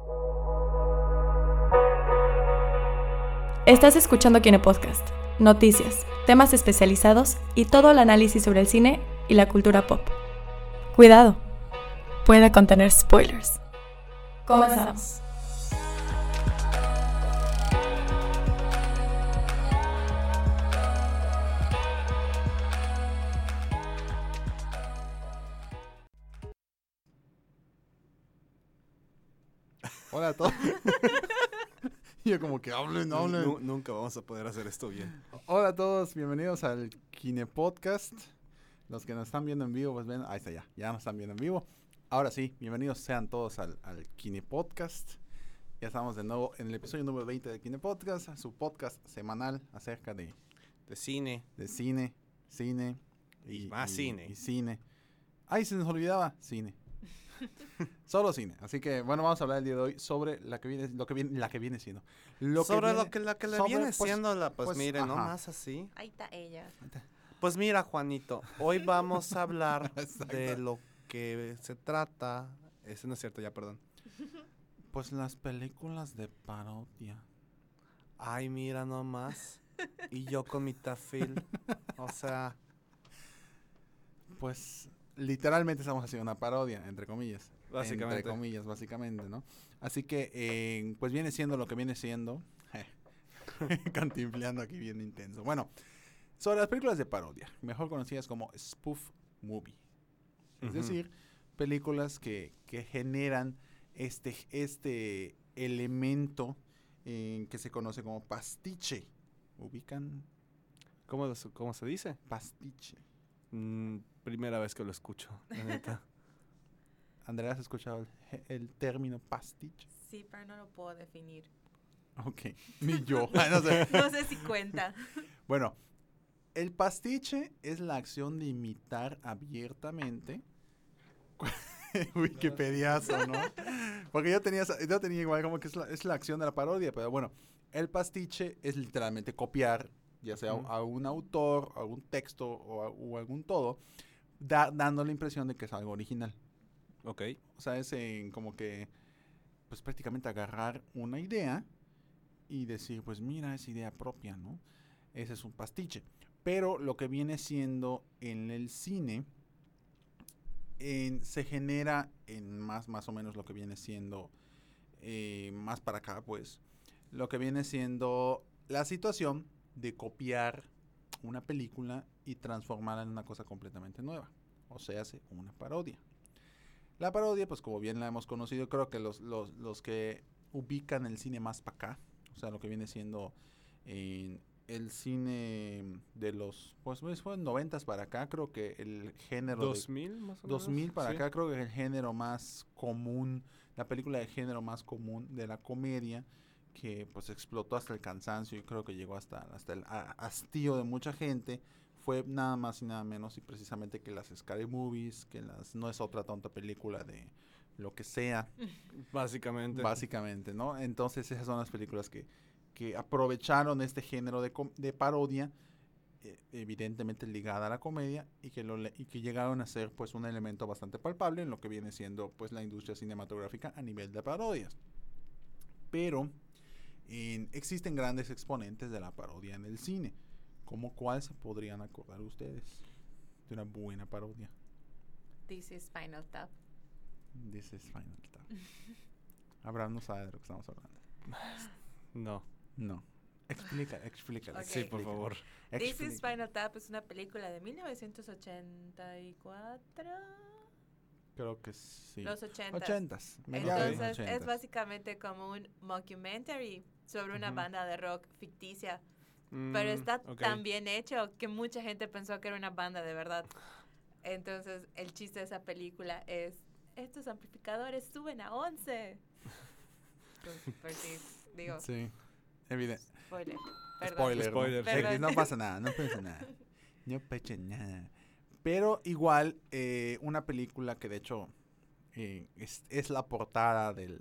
Estás escuchando Kine Podcast, noticias, temas especializados y todo el análisis sobre el cine y la cultura pop. Cuidado, puede contener spoilers. Comenzamos. Hola a todos. Yo como que hablen. Nunca vamos a poder hacer esto bien. Hola a todos, bienvenidos al Kine Podcast. Los que nos están viendo en vivo, pues ven, ahí está ya nos están viendo en vivo. Ahora sí, bienvenidos sean todos al Kine Podcast. Ya estamos de nuevo en el episodio número 20 de Kine Podcast, su podcast semanal acerca de cine. cine Y más cine. Y cine. Ay, se nos olvidaba, cine. Solo cine. Así que bueno, vamos a hablar el día de hoy sobre lo que viene siendo. Pues miren, no más así. Ahí está ella. Pues mira, Juanito, hoy vamos a hablar de lo que se trata. Eso no es cierto, ya, perdón. Pues las películas de parodia. Ay, mira nomás. Y yo con mi tafil. O sea, pues literalmente estamos haciendo una parodia, entre comillas. Básicamente, ¿no? Así que, pues viene siendo lo que viene siendo. Cantinfleando aquí bien intenso. Bueno, sobre las películas de parodia, mejor conocidas como spoof movie. Es decir, películas que generan este elemento que se conoce como pastiche. ¿Ubican? ¿Cómo se dice? Pastiche. Primera vez que lo escucho, la neta. Andrea, ¿has escuchado el término pastiche? Sí, pero no lo puedo definir. Ok, ni yo. No sé. No sé si cuenta. Bueno, el pastiche es la acción de imitar abiertamente. Wikipediazo, ¿no? Porque yo tenía igual como que es la acción de la parodia, pero bueno, el pastiche es literalmente copiar, ya sea a un autor, algún texto o algún todo, dando la impresión de que es algo original. Ok. O sea, es como que, pues prácticamente agarrar una idea y decir, pues mira, es idea propia, ¿no? Ese es un pastiche. Pero lo que viene siendo en el cine, se genera en más o menos lo que viene siendo, más para acá, pues, lo que viene siendo la situación de copiar una película y transformarla en una cosa completamente nueva. O sea, hace una parodia. La parodia, pues como bien la hemos conocido, creo que los que ubican el cine más para acá, o sea, lo que viene siendo el cine de los, pues fue 90s para acá, creo que el género 2000 más o menos. 2000 para sí. acá, creo que es el género más común, la película de género más común de la comedia, que pues explotó hasta el cansancio y creo que llegó hasta el hastío de mucha gente. Fue nada más y nada menos y precisamente que las Scary Movies, que no es otra tonta película de lo que sea. Básicamente, ¿no? Entonces esas son las películas que aprovecharon este género de parodia, evidentemente ligada a la comedia, y que llegaron a ser pues un elemento bastante palpable en lo que viene siendo pues la industria cinematográfica a nivel de parodias. Pero existen grandes exponentes de la parodia en el cine. ¿Cómo cuál se podrían acordar ustedes de una buena parodia? This is Spinal Tap. Abraham no sabe de lo que estamos hablando. No. Explica. Okay. Sí, por favor. This is Spinal Tap es una película de 1984. Creo que sí. Los 80s. Entonces es básicamente como un mockumentary sobre una banda de rock ficticia. Pero está tan bien hecho que mucha gente pensó que era una banda de verdad. Entonces, el chiste de esa película es, estos amplificadores suben a 11. Porque, digo... Sí, evidente. Spoiler. Perdón. No pasa nada. No pasa nada. Pero igual, una película que de hecho es la portada de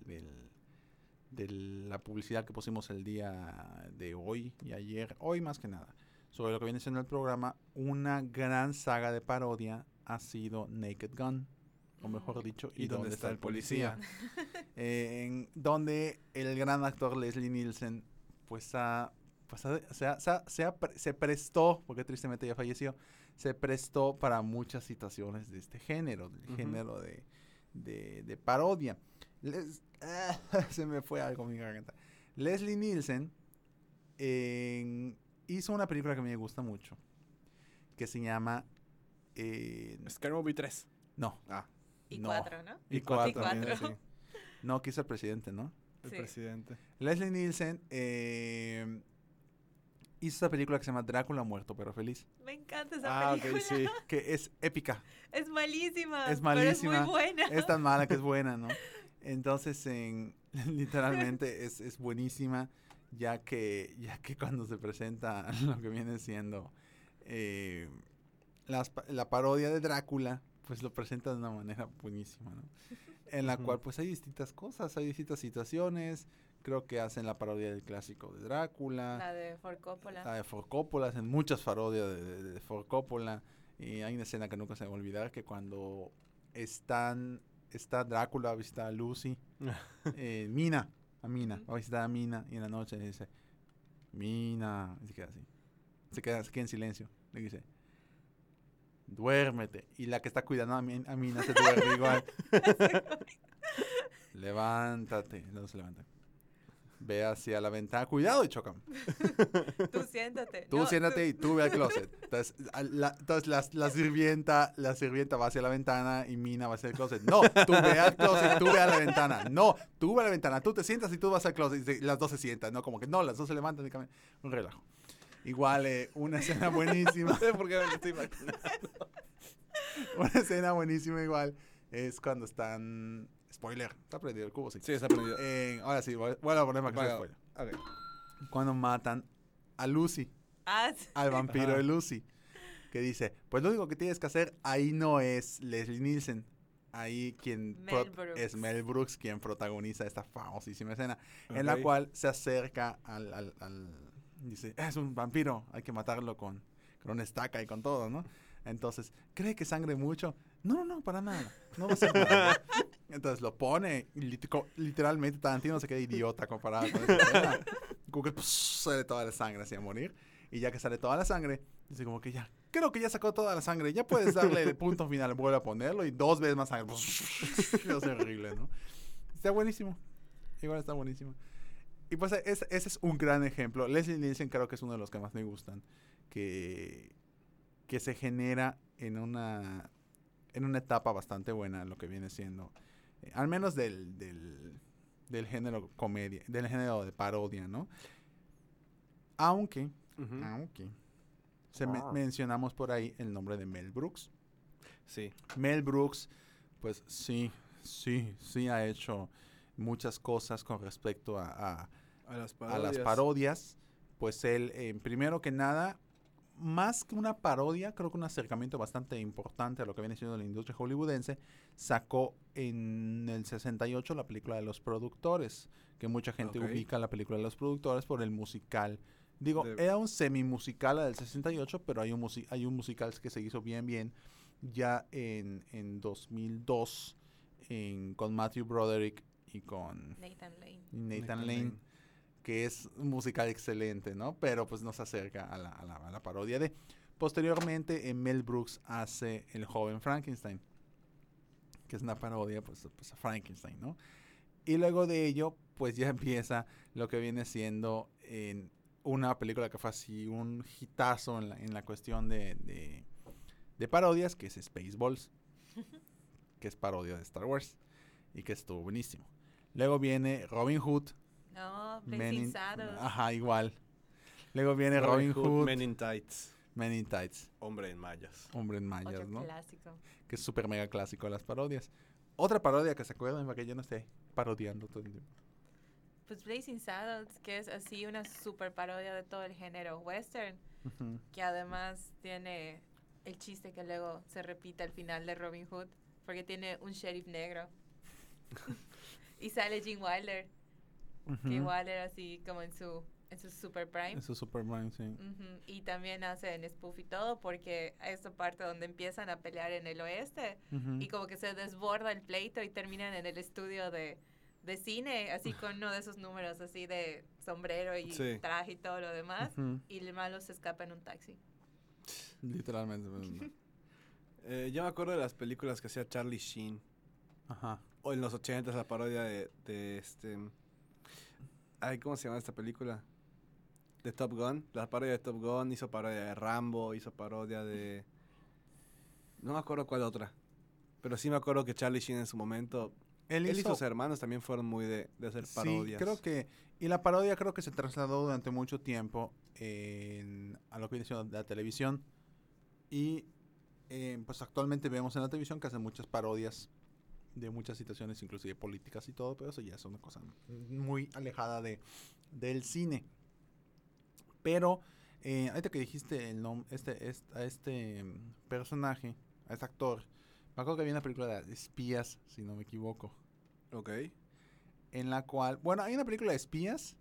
la publicidad que pusimos el día de hoy y ayer, hoy más que nada, sobre lo que viene siendo el programa. Una gran saga de parodia ha sido Naked Gun. o mejor dicho, ¿y dónde está el policía? En donde el gran actor Leslie Nielsen, se prestó, porque tristemente ya falleció, se prestó para muchas situaciones de este género, del género de parodia. Se me fue algo en mi garganta. Leslie Nielsen hizo una película que a mí me gusta mucho, que se llama Scary Movie 3. No. Y no. 4, ¿no? Y 4 también, también, sí. No, que hizo el presidente, ¿no? El Sí. presidente. Leslie Nielsen hizo esta película que se llama Drácula muerto pero feliz, Me encanta esa película. Ok, sí. que es épica. Es malísima. Es malísima. Pero es muy buena. Es tan mala que es buena, ¿no? Entonces, literalmente es buenísima, ya que cuando se presenta lo que viene siendo la parodia de Drácula, pues lo presenta de una manera buenísima, ¿no? En la cual pues hay distintas cosas, hay distintas situaciones. Creo que hacen la parodia del clásico de Drácula. La de Ford Coppola. La de Ford Coppola, hacen muchas parodias de Ford Coppola. Y hay una escena que nunca se me va a olvidar, que cuando está Drácula a visitar a Lucy, Mina, va a visitar a Mina, y en la noche le dice, Mina, y se queda así. Se queda en silencio. Le dice, duérmete. Y la que está cuidando a Mina se duerme igual. Levántate. No se levanta. Ve hacia la ventana. Cuidado y chocan. Tú siéntate. Tú siéntate y tú ve al closet. Entonces, la sirvienta va hacia la ventana y Mina va hacia el closet. No, tú ve al closet y tú ve a la ventana. No, tú ve a la ventana. Tú te sientas y tú vas al closet. Y las dos se sientan. No, como que no, las dos se levantan y caminan. Un relajo. Igual, una escena buenísima. No sé por qué me lo estoy imaginando. Una escena buenísima igual es cuando están... Spoiler. Está prendido el cubo, sí. Sí, está prendido. Ahora sí, voy a poner para que sea spoiler. Okay. Cuando matan a Lucy, Sí. al vampiro de Lucy, que dice, pues lo único que tienes que hacer, ahí no es Leslie Nielsen, ahí es Mel Brooks quien protagoniza esta famosísima escena, en la cual se acerca dice, es un vampiro, hay que matarlo con una estaca y con todo, ¿no? Entonces, ¿cree que sangre mucho? No, para nada. No va a ser nada. Entonces lo pone y literalmente Tarantino se queda idiota comparado con esa escena. Como que sale toda la sangre así a morir. Y ya que sale toda la sangre, dice como que creo que ya sacó toda la sangre. Ya puedes darle el punto final, vuelve a ponerlo y 2 veces más sangre. Es horrible, ¿no? Está buenísimo. Igual está buenísimo. Y pues ese es un gran ejemplo. Leslie Nielsen creo que es uno de los que más me gustan. Que se genera en una etapa bastante buena lo que viene siendo, al menos del género comedia, del género de parodia, ¿no? Aunque mencionamos por ahí el nombre de Mel Brooks. Sí. Mel Brooks, pues sí ha hecho muchas cosas con respecto a las parodias. Pues él, primero que nada, más que una parodia, creo que un acercamiento bastante importante a lo que viene siendo la industria hollywoodense, sacó en el 68 la película de Los Productores, que mucha gente ubica la película de Los Productores por el musical. Era un semi-musical del 68, pero hay un musical que se hizo bien ya en 2002 con Matthew Broderick y con Nathan Lane, que es un musical excelente, ¿no? Pero pues no se acerca a la parodia de... Posteriormente, Mel Brooks hace El joven Frankenstein, que es una parodia pues a Frankenstein, ¿no? Y luego de ello, pues ya empieza lo que viene siendo en una película que fue así un hitazo en la cuestión de parodias, que es Spaceballs, que es parodia de Star Wars, y que estuvo buenísimo. Luego viene Robin Hood. No, Blazing Saddles. Ajá, igual. Luego viene Robin Hood. Men in Tights. Men in Tights. Hombre en mallas. Hombre en mallas, Otro ¿no? clásico. Que es súper mega clásico de las parodias. Otra parodia que se acuerdan para que yo no esté parodiando todo el tiempo. Pues Blazing Saddles, que es así una super parodia de todo el género western, que además tiene el chiste que luego se repite al final de Robin Hood, porque tiene un sheriff negro. Y sale Gene Wilder. Que Wilder así como en su Super Prime. En su Super Prime, sí. Y también hacen spoof y todo porque a esta parte donde empiezan a pelear en el oeste y como que se desborda el pleito y terminan en el estudio de cine, así con uno de esos números así de sombrero y traje y todo lo demás, y el malo se escapa en un taxi. Literalmente. Yo me acuerdo de las películas que hacía Charlie Sheen. Ajá. O en los 80s la parodia de este... Ay, ¿cómo se llama esta película? De Top Gun. La parodia de Top Gun, hizo parodia de Rambo, hizo parodia de... No me acuerdo cuál otra. Pero sí me acuerdo que Charlie Sheen en su momento... Él y sus hermanos también fueron muy de hacer parodias. Sí, creo que... Y la parodia creo que se trasladó durante mucho tiempo a lo que viene siendo la televisión. Y pues actualmente vemos en la televisión que hacen muchas parodias de muchas situaciones, inclusive políticas y todo, pero eso ya es una cosa muy alejada del cine. Pero ahorita que dijiste el nombre, a este personaje, a este actor, me acuerdo que había una película de espías, si no me equivoco. Ok. En la cual, bueno, hay una película de espías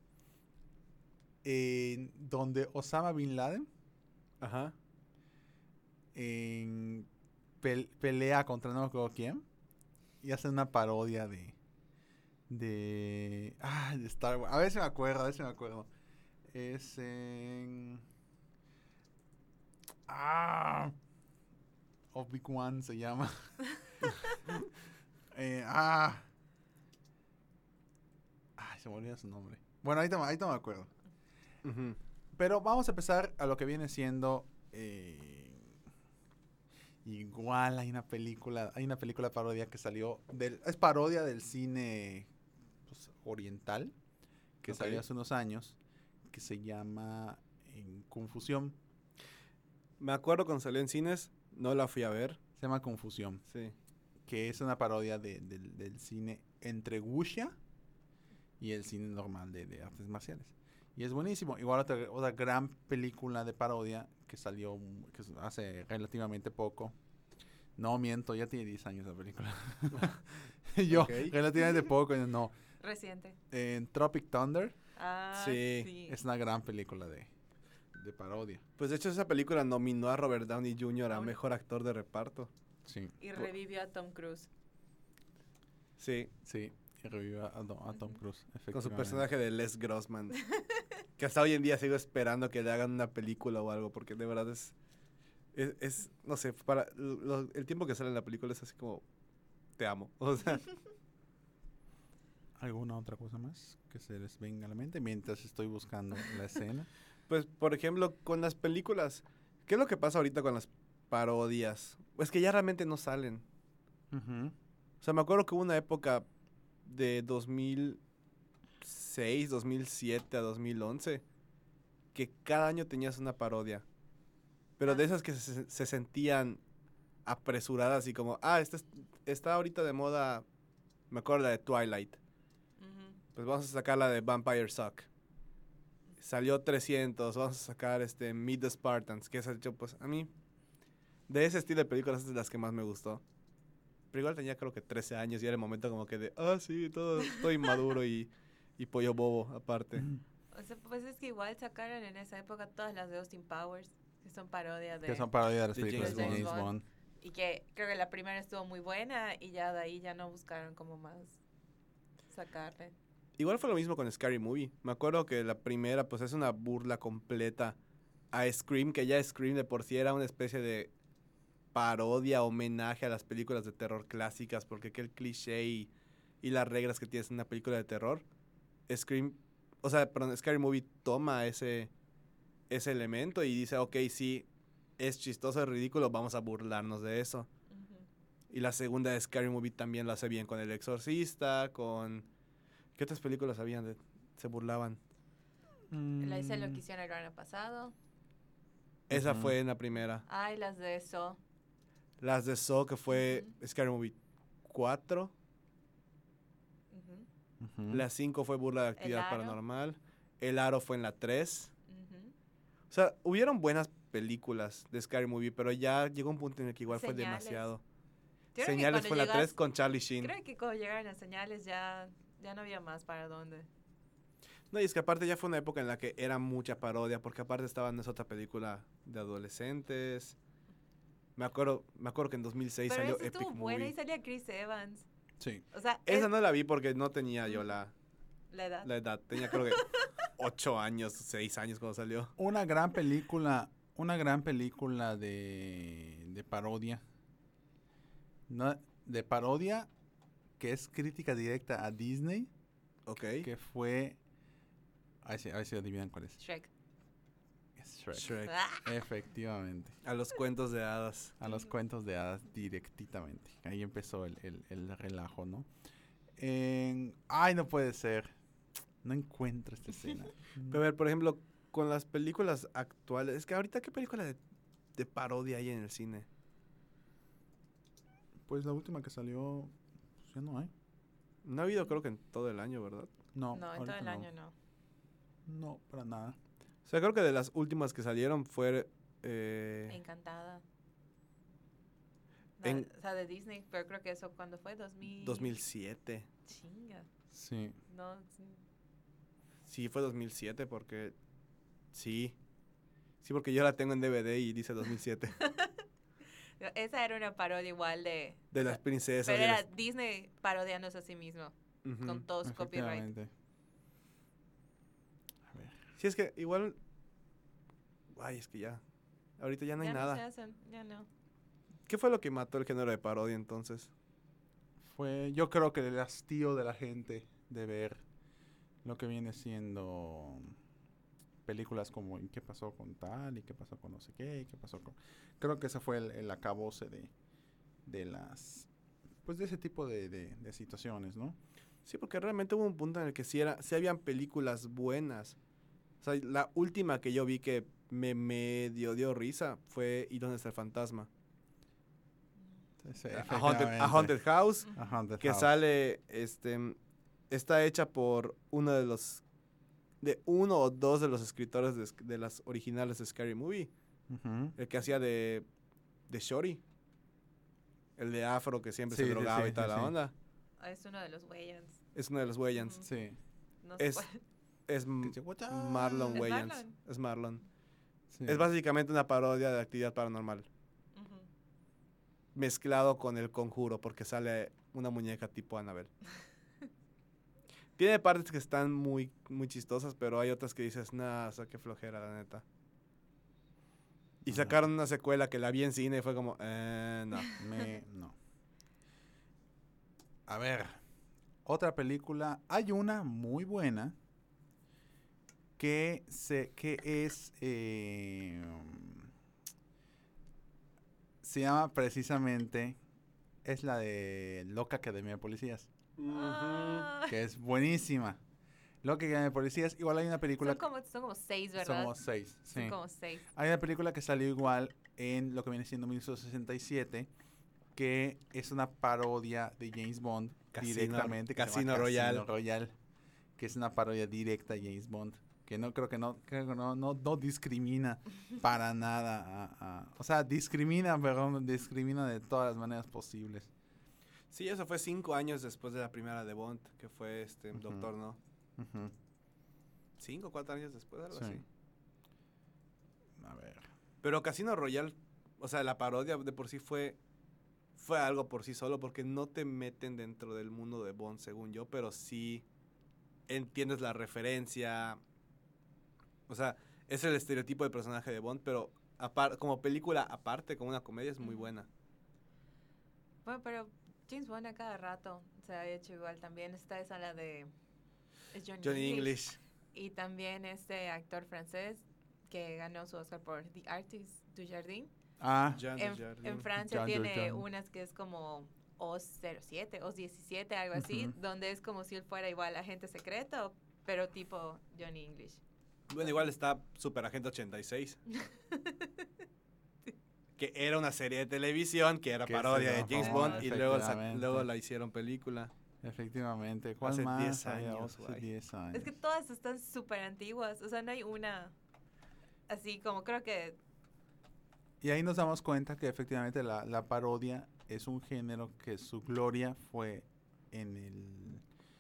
donde Osama Bin Laden pelea contra no me acuerdo quién y hace una parodia de Star Wars. A ver si me acuerdo. Es en... Obi-Wan se llama. Se me olvidó su nombre. Bueno, ahorita me acuerdo. Pero vamos a empezar a lo que viene siendo... igual hay una película parodia que salió... es parodia del cine pues, oriental, que salió hace unos años, que se llama Confusión. Me acuerdo cuando salió en cines, no la fui a ver. Se llama Confusión. Sí. Que es una parodia del cine entre wuxia y el cine normal de artes marciales. Y es buenísimo. Igual otra gran película de parodia que salió hace relativamente poco. No miento, ya tiene 10 años la película. Relativamente poco, no. Reciente. En Tropic Thunder. Sí. Es una gran película de parodia. Pues de hecho esa película nominó a Robert Downey Jr. a Mejor Actor de Reparto. Sí. Y revivió a Tom Cruise. Sí. Sí, y revivió a Tom Cruise, efectivamente. Con su personaje de Les Grossman. Que hasta hoy en día sigo esperando que le hagan una película o algo, porque de verdad es no sé, para el tiempo que sale en la película es así como, te amo. O sea... ¿Alguna otra cosa más que se les venga a la mente mientras estoy buscando la escena? Pues, por ejemplo, con las películas, ¿qué es lo que pasa ahorita con las parodias? Pues que ya realmente no salen. O sea, me acuerdo que hubo una época de 2006, 2007 a 2011 que cada año tenías una parodia. Pero de esas que se sentían apresuradas y como, está ahorita de moda, me acuerdo la de Twilight. Pues vamos a sacar la de Vampire Suck. Salió 300, vamos a sacar Meet the Spartans, que es hecho, pues a mí, de ese estilo de películas es de las que más me gustó. Pero igual tenía creo que 13 años y era el momento como que de, sí, todo estoy inmaduro y pollo bobo aparte. O sea, pues es que igual sacaron en esa época todas las de Austin Powers, que son parodias de... Que son parodias de las películas de James Bond. Y que creo que la primera estuvo muy buena y ya de ahí ya no buscaron como más sacarle. Igual fue lo mismo con Scary Movie. Me acuerdo que la primera pues es una burla completa a Scream, que ya Scream de por sí era una especie de parodia, homenaje a las películas de terror clásicas, porque aquel cliché y las reglas que tienes en una película de terror, Scary Movie toma ese elemento y dice, ok, sí, es chistoso, es ridículo, vamos a burlarnos de eso. Y la segunda de Scary Movie también lo hace bien con El Exorcista, con... ¿Qué otras películas habían? Se burlaban. La hice lo que hicieron el año pasado. Esa fue en la primera. Y las de eso. Las de Saw, que fue Scary Movie 4. La 5 fue Burla de Actividad Paranormal. El Aro fue en la 3. O sea, hubieron buenas películas de Scary Movie, pero ya llegó un punto en el que igual fue demasiado. Señales fue la 3 con Charlie Sheen. Creo que cuando llegaron las señales ya no había más para dónde. No, y es que aparte ya fue una época en la que era mucha parodia, porque aparte estaba en esa otra película de adolescentes. Me acuerdo que en 2006 Pero salió esa Epic estuvo buena y Movie. salía Chris Evans. Sí. O sea, Esa no la vi porque no tenía yo la edad. edad. Tenía creo que 8 años, 6 años cuando salió. Una gran película de parodia. No, de parodia que es crítica directa a Disney, Ok. que fue... A ver si adivinan cuál es. Shrek. Es Shrek. Shrek. Ah, Efectivamente. A los cuentos de hadas. A los cuentos de hadas directamente. Ahí empezó el relajo, ¿no? Ay, no puede ser. No encuentro esta escena. Pero a ver, por ejemplo, con las películas actuales, es que ahorita, ¿qué película de parodia hay en el cine? Pues la última que salió, pues ya no hay. No ha habido, creo que en todo el año, ¿verdad? No, no, en ahorita todo el no. año no. No, para nada. O sea, creo que de las últimas que salieron fue... Encantada. En- O sea, de Disney, pero creo que eso cuando fue 2007. Chinga. Sí. No, sí. Sí, fue 2007 porque... Sí. Sí, porque yo la tengo en DVD y dice 2007. Esa era una parodia igual de... De las princesas. Pero y era las- Disney parodiándose a sí mismo, Ujú. con todo su copyright. Efectivamente. A ver. Sí, es que igual... Ay, es que ya... Ahorita ya no hay Ya nada. no se hacen, ya no. ¿Qué fue lo que mató el género de parodia entonces? Yo creo que el hastío de la gente de ver lo que viene siendo películas como ¿y qué pasó con tal? ¿Y qué pasó con no sé qué? ¿Y qué pasó con...? Creo que ese fue el acabose de las... Pues de ese tipo de situaciones, ¿no? Sí, porque realmente hubo un punto en el que sí habían películas buenas. O sea, la última que yo vi que me medio dio risa fue ¿Y dónde está el fantasma? Sí, A Haunted House, A Haunted que House. sale, está hecha por uno o dos de los escritores de las originales de Scary Movie. Ujú. El que hacía de Shorty. El de afro que siempre Sí, se sí, drogaba sí, y toda sí, la sí. onda. Es uno de los Wayans. Es uno de los Wayans. Ujú. Sí. No sé Es- cuál. Es Dice, "What the-" Marlon ¿Es Wayans. Marlon? Es Marlon. Sí. Es básicamente una parodia de Actividad Paranormal. Ujú. Mezclado con El Conjuro, porque sale una muñeca tipo Annabelle. Tiene partes que están muy, muy chistosas, pero hay otras que dices, nah, o sea, qué flojera, la neta. Y Ajá. sacaron una secuela que la vi en cine y fue como, no. No. A ver, otra película. Hay una muy buena que es se llama precisamente, es la de Loca Academia de Policías, Ah, que es buenísima. Loca Academia de Policías. Igual hay una película. son como 6, Son ¿verdad? como 6. Son Sí. como 6. Hay una película que salió igual en lo que viene siendo 1967, que es una parodia de James Bond directamente. Que se llama Casino Royale. Casino Royale, que es una parodia directa a James Bond. Que no creo que no discrimina para nada. O sea, discrimina de todas las maneras posibles. Sí, eso fue 5 años después de la primera de Bond, que fue Ujú. Doctor No. Ujú. 5 o 4 años después, algo Sí. así. A ver. Pero Casino Royale, o sea, la parodia de por sí fue algo por sí solo, porque no te meten dentro del mundo de Bond, según yo, pero sí entiendes la referencia. O sea, es el estereotipo del personaje de Bond, pero como película aparte, como una comedia, es muy buena. Bueno, pero James Bond a cada rato se ha hecho igual también. Está esa la de... Es Johnny English. Y también este actor francés que ganó su Oscar por The Artist du Jardin. Ah, Jean En Dujardin. Francia Jean tiene Dujardin. unas que es como Oz 07, Oz 17, algo así, Ujú. donde es como si él fuera igual agente secreto, pero tipo Johnny English. Bueno, igual está Super Agente 86. Que era una serie de televisión que era Que parodia se de James llamó, Bond y luego, efectivamente. luego la hicieron película. efectivamente. ¿Cuál Hace más? 10 Había años, otra, güey. hace 10 años. Es que todas están súper antiguas, o sea, no hay una así como creo que... Y ahí nos damos cuenta que efectivamente la parodia es un género que su gloria fue en el...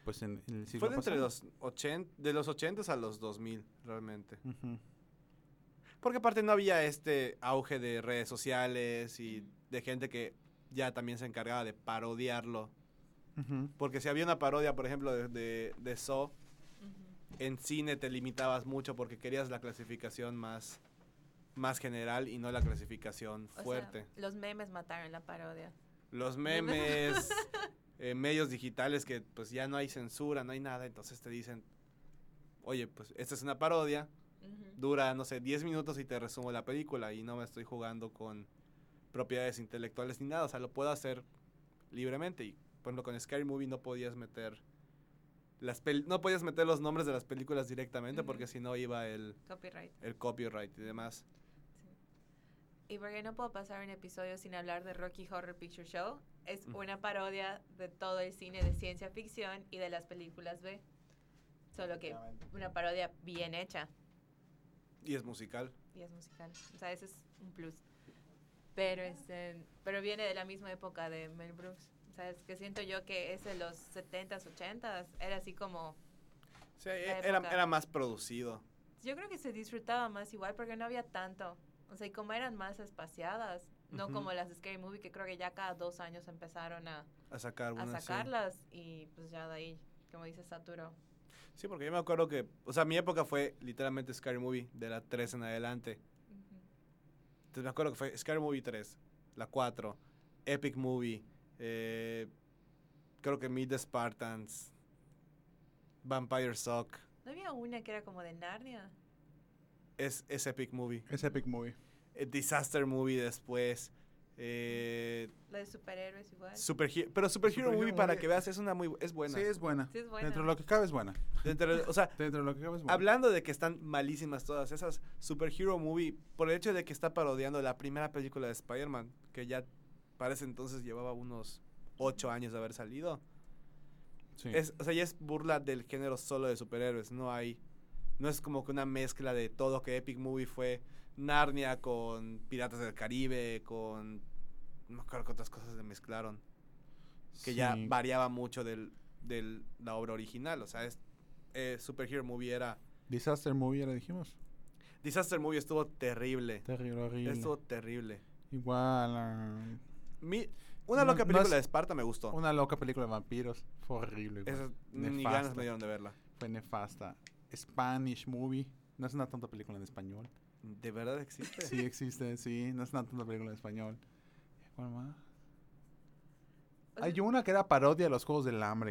pues en el siglo Fue de entre pasado. de los 80 a los 2000, realmente. Ujú. Porque aparte no había este auge de redes sociales y de gente que ya también se encargaba de parodiarlo. Ujú. Porque si había una parodia, por ejemplo, de Saw, Ujú. en cine te limitabas mucho porque querías la clasificación más general y no la clasificación O fuerte. sea, los memes mataron la parodia. Los memes, medios digitales que pues ya no hay censura, no hay nada, entonces te dicen, oye, pues esta es una parodia, Ujú. dura, no sé, 10 minutos y te resumo la película y no me estoy jugando con propiedades intelectuales ni nada, o sea, lo puedo hacer libremente y, por ejemplo, con Scary Movie no podías meter no podías meter los nombres de las películas directamente Ujú. porque si no iba el Copyright. copyright y demás. Sí. Y porque no puedo pasar un episodio sin hablar de Rocky Horror Picture Show. Es Ujú. una parodia de todo el cine de ciencia ficción y de las películas B. Solo que una parodia bien hecha Y es musical. y es musical. O sea, ese es un plus. Pero pero viene de la misma época de Mel Brooks. O sea, es que siento yo que es de los 70s, 80s. Era así como... Sí, La era época. más producido. Yo creo que se disfrutaba más igual porque no había tanto. O sea, y como eran más espaciadas, no Ujú. como las de Scary Movie, que creo que ya cada 2 años empezaron a A una, sí. sacarlas y pues ya de ahí, como dice, saturó. Sí, porque yo me acuerdo que, o sea, mi época fue literalmente Scary Movie, de la 3 en adelante. Ujú. Entonces me acuerdo que fue Scary Movie 3, la 4, Epic Movie, creo que Meet the Spartans, Vampire Suck, ¿No había una que era como de Narnia? es Epic Movie. Es Epic Movie. Disaster Movie después, La de superhéroes igual. pero Superhero Movie, para Movie que veas, es buena. Sí, es buena. Sí, es buena. Dentro de lo que cabe es buena. O sea, Dentro de lo que cabe es buena. hablando de que están malísimas todas esas, Superhero Movie, por el hecho de que está parodiando la primera película de Spider-Man, que ya para ese entonces llevaba unos 8 años de haber salido. Sí. O sea, ya es burla del género solo de superhéroes, no es como que una mezcla de todo, que Epic Movie fue Narnia con Piratas del Caribe, con... no me acuerdo qué otras cosas se mezclaron, que ya Sí. variaba mucho de la obra original, o sea, Superhero Movie era... Disaster Movie, ya le dijimos. Disaster Movie estuvo terrible. Terrible, horrible. Estuvo terrible. Igual. Una No- loca no película es- de Esparta me gustó. Una loca película de vampiros. Fue horrible. igual. Esas ni Nefasta. ganas me dieron de verla. Fue nefasta. Spanish Movie. No es una tonta película en español. ¿De verdad existe? Sí existe, sí. No es una tonta película en español. ¿Cuál más? O sea, Hay una que era parodia de los Juegos del Hambre.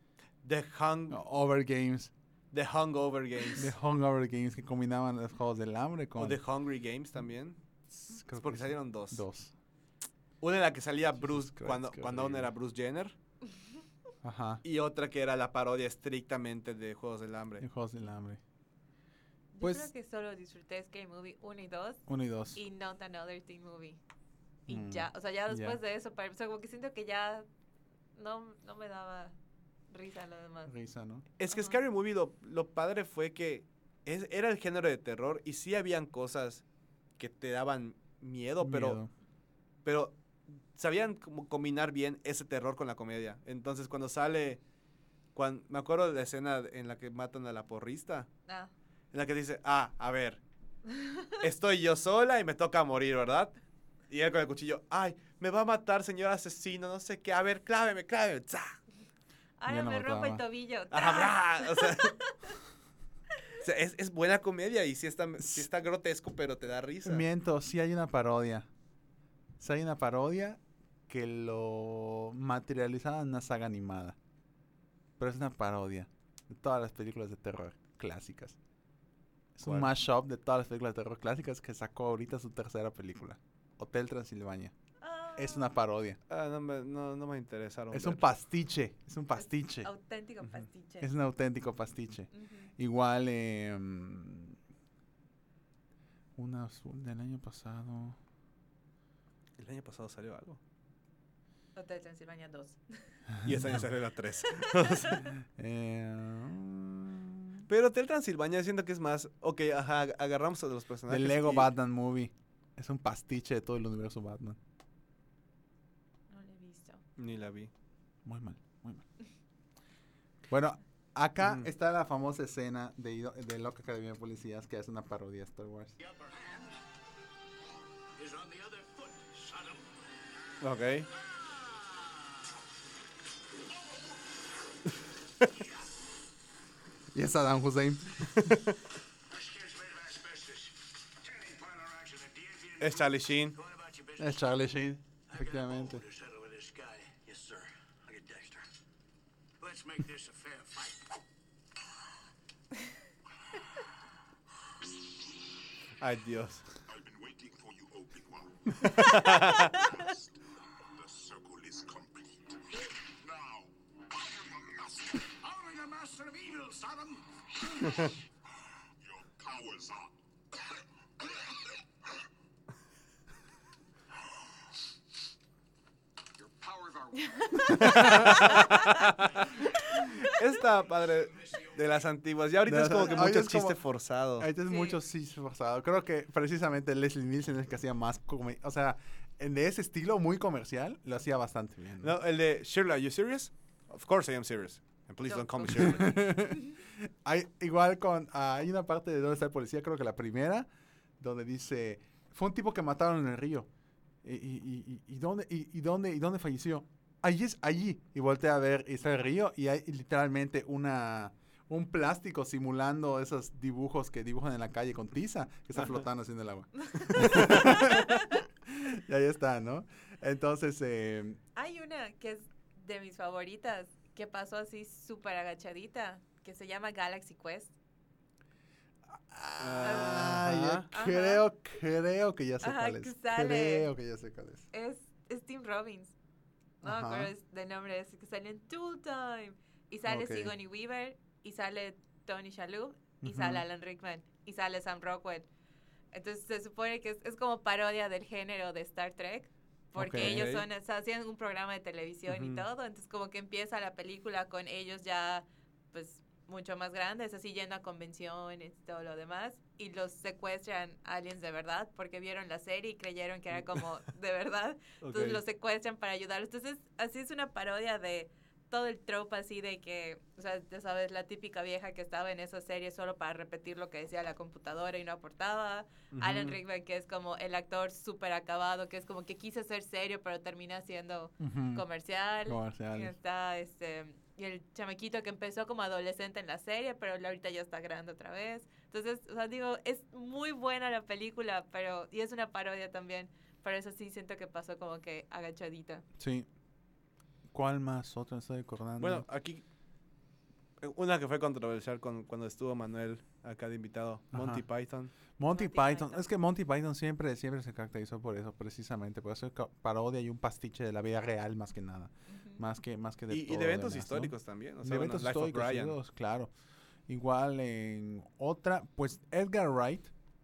Over Games. The Hungover Games. The Hungover Games que combinaban los Juegos del Hambre con... O The Hungry Games también. creo Es porque que salieron dos. Dos. Una en la que salía Jesus Bruce Christ, cuando qué aún horrible. era Bruce Jenner. Ajá. Y otra que era la parodia estrictamente de Juegos del Hambre. De Juegos del Hambre. yo pues- creo que solo disfruté Scary Movie 1 y 2 1 y 2. y Not Another Teen Movie. Y Mm, ya, o sea, ya después ya. de eso, o sea, como que siento que ya no me daba risa lo demás. Risa, ¿no? Es que Ajá. Scary Movie lo padre fue que era el género de terror y sí habían cosas que te daban miedo. Miedo. pero sabían como combinar bien ese terror con la comedia. Entonces cuando me acuerdo de la escena en la que matan a la porrista, Ah. en la que dice, a ver, estoy yo sola y me toca morir, ¿verdad? Y él con el cuchillo, ay, me va a matar, señor asesino, no sé qué, a ver, cláveme, ¡za! Ahora Ya no me rompo el mataba. tobillo. Ajá, bla, o sea, es buena comedia y sí está grotesco, pero te da risa. Miento, sí hay una parodia. Sí hay una parodia que lo materializaba en una saga animada. Pero es una parodia de todas las películas de terror clásicas. Es un ¿Cuál? mashup de todas las películas de terror clásicas que sacó ahorita su tercera película. Hotel Transilvania. Ah, Es una parodia. No me interesaron. Es un ver. pastiche. Es un pastiche. auténtico Ujú. pastiche. Es un auténtico pastiche. Ujú. Igual, una azul del año pasado. El año pasado salió algo. Hotel Transilvania 2. Y este año salió la 3. Eh, Pero Hotel Transilvania siento que es más... Ok, ajá, agarramos a los personajes. The Lego y- Batman Movie. Es un pastiche de todo el universo Batman. No lo he visto. Ni la vi. Muy mal, muy mal. Bueno, acá está la famosa escena de Loca Academia de Policías que hace una parodia de Star Wars. Ok. Y es Saddam Hussein. Es Charlie Sheen. Es Charlie Sheen, efectivamente. Ay, Dios. Está padre de las antiguas. Ya ahorita es como que mucho chiste forzado. Ahorita es mucho chiste forzado. Creo que precisamente Leslie Nielsen es el que hacía más o sea, de ese estilo muy comercial, lo hacía bastante bien. No, el de Shirley, ¿are you serious? Of course I am serious. And please don't call me Shirley. Hay una parte de Dónde está el policía, creo que la primera, donde dice, fue un tipo que mataron en el río. ¿Y dónde falleció? Allí. Y voltea a ver, y está el río, y hay literalmente un plástico simulando esos dibujos que dibujan en la calle con tiza, que está flotando así en el agua. Y ahí está, ¿no? Entonces... hay una que es de mis favoritas, que pasó así súper agachadita, que se llama Galaxy Quest. Creo que ya sé cuál es. Creo que ya sé cuál es. Es Tim Robbins. No me acuerdo del nombre ese, que sale en Tool Time. Y sale Sigourney Weaver, y sale Tony Shalhoub, y sale Alan Rickman, y sale Sam Rockwell. Entonces se supone que es como parodia del género de Star Trek, porque ellos hacían un programa de televisión y todo. Entonces como que empieza la película con ellos ya, pues, mucho más grandes, así yendo a convenciones y todo lo demás, y los secuestran aliens de verdad, porque vieron la serie y creyeron que era como de verdad. Entonces los secuestran para ayudarlos. Entonces así es una parodia de todo el trope así de que, o sea, ya sabes, la típica vieja que estaba en esa serie solo para repetir lo que decía la computadora y no aportaba. Alan Rickman, que es como el actor súper acabado, que es como que quiso ser serio, pero termina siendo comercial. Y está y el chamaquito que empezó como adolescente en la serie, pero ahorita ya está grande otra vez. Entonces, o sea, digo, es muy buena la película, y es una parodia también, pero eso sí siento que pasó como que agachadita. Sí. ¿Cuál más? Otra estoy acordando. Bueno, aquí una que fue controversial cuando estuvo Manuel acá de invitado, Monty Python. Monty Python. Es que Monty Python siempre se caracterizó por eso, precisamente. Por eso parodia y un pastiche de la vida real más que nada. Más que de y de eventos históricos, ¿no? También. O sea, de eventos históricos, claro. Igual en otra, pues Edgar Wright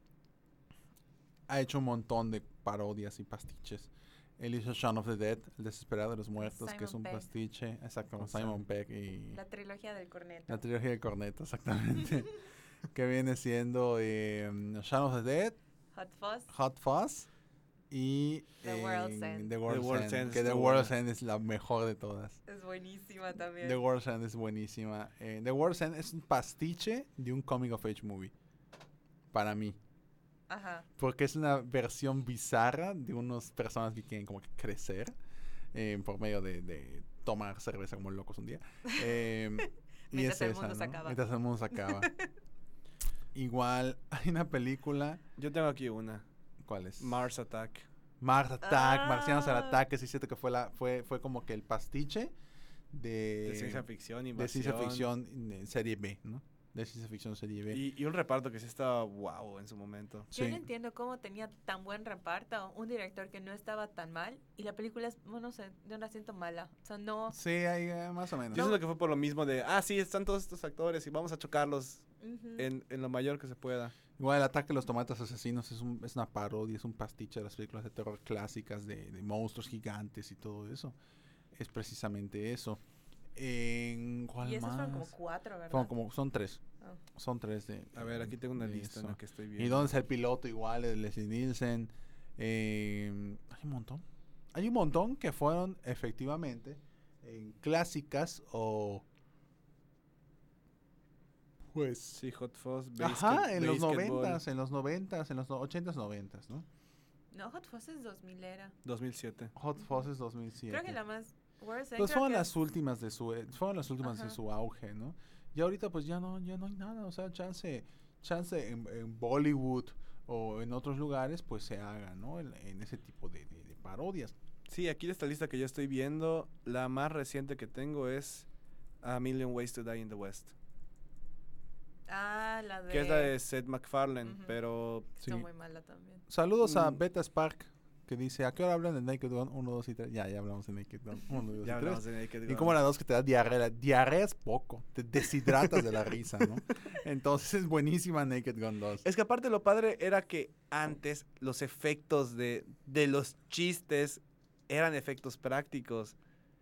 ha hecho un montón de parodias y pastiches. Él hizo Shaun of the Dead, El Desesperado de los Muertos, Simon que es un Pegg. pastiche, exacto, con Simon Pegg y... La trilogía del corneto. La trilogía del corneto, exactamente. Que viene siendo Shaun of the Dead, Hot Fuzz y The World's End. The World's End, que The The World's End es la mejor de todas. Es buenísima también. The World's End es buenísima. The World's End es un pastiche de un comic of age movie, para mí. Ajá. Porque es una versión bizarra de unas personas que quieren como que crecer por medio de tomar cerveza como locos un día. Y Mientras es el mundo se acaba. Mientras el mundo se acaba. Igual, hay una película. Yo tengo aquí una. ¿Cuál es? Mars Attack. Mars Attack, Marcianos al Ataque. Sí, siento que fue como que el pastiche de ciencia ficción, invasión. De ciencia ficción serie B, ¿no? De ciencia ficción serie B. Y un reparto que sí estaba wow en su momento. Yo no entiendo cómo tenía tan buen reparto, un director que no estaba tan mal, y la película es, no sé, yo la siento mala. O sea, no... Sí, hay más o menos. Yo siento que fue por lo mismo de, sí, están todos estos actores y vamos a chocarlos en lo mayor que se pueda. Igual El Ataque de los Tomates Asesinos es una parodia, es un pastiche de las películas de terror clásicas de monstruos gigantes y todo eso. Es precisamente eso. ¿Cuál y esos más? fueron como 4, ¿verdad? Son 3. Oh. Son 3 de... A ver, aquí tengo una lista en la que estoy viendo. ¿Y dónde está el piloto igual? De Leslie Nielsen. Hay un montón. Hay un montón que fueron efectivamente clásicas o Pues Sí, Hot Fuzz. ajá, en los Basketball, 90s, en los 90s, en los 80s, 90s, ¿no? No, Hot Fuzz es 2000 era. 2007. Hot Fuzz es 2007. Creo que la más worst Pues creo fueron que las es- últimas de su Ajá. auge, ¿no? Y ahorita pues ya no hay nada, o sea, chance en Bollywood o en otros lugares pues se haga, ¿no? En ese tipo de parodias. Sí, aquí de esta lista que yo estoy viendo, la más reciente que tengo es A Million Ways to Die in the West. Ah, la de... Que es la de Seth MacFarlane, Ujú. pero Está Sí. muy mala también. Saludos a Mm. Beta Spark que dice, ¿a qué hora hablan de Naked Gun 1, 2 y 3? Ya hablamos de Naked Gun 1, 2 y 3. ya hablamos de Naked Y Gun. como la 2 que te da diarrea. La diarrea es poco. Te deshidratas de la risa, ¿no? Entonces es buenísima Naked Gun 2. Es que aparte lo padre era que antes los efectos de los chistes eran efectos prácticos.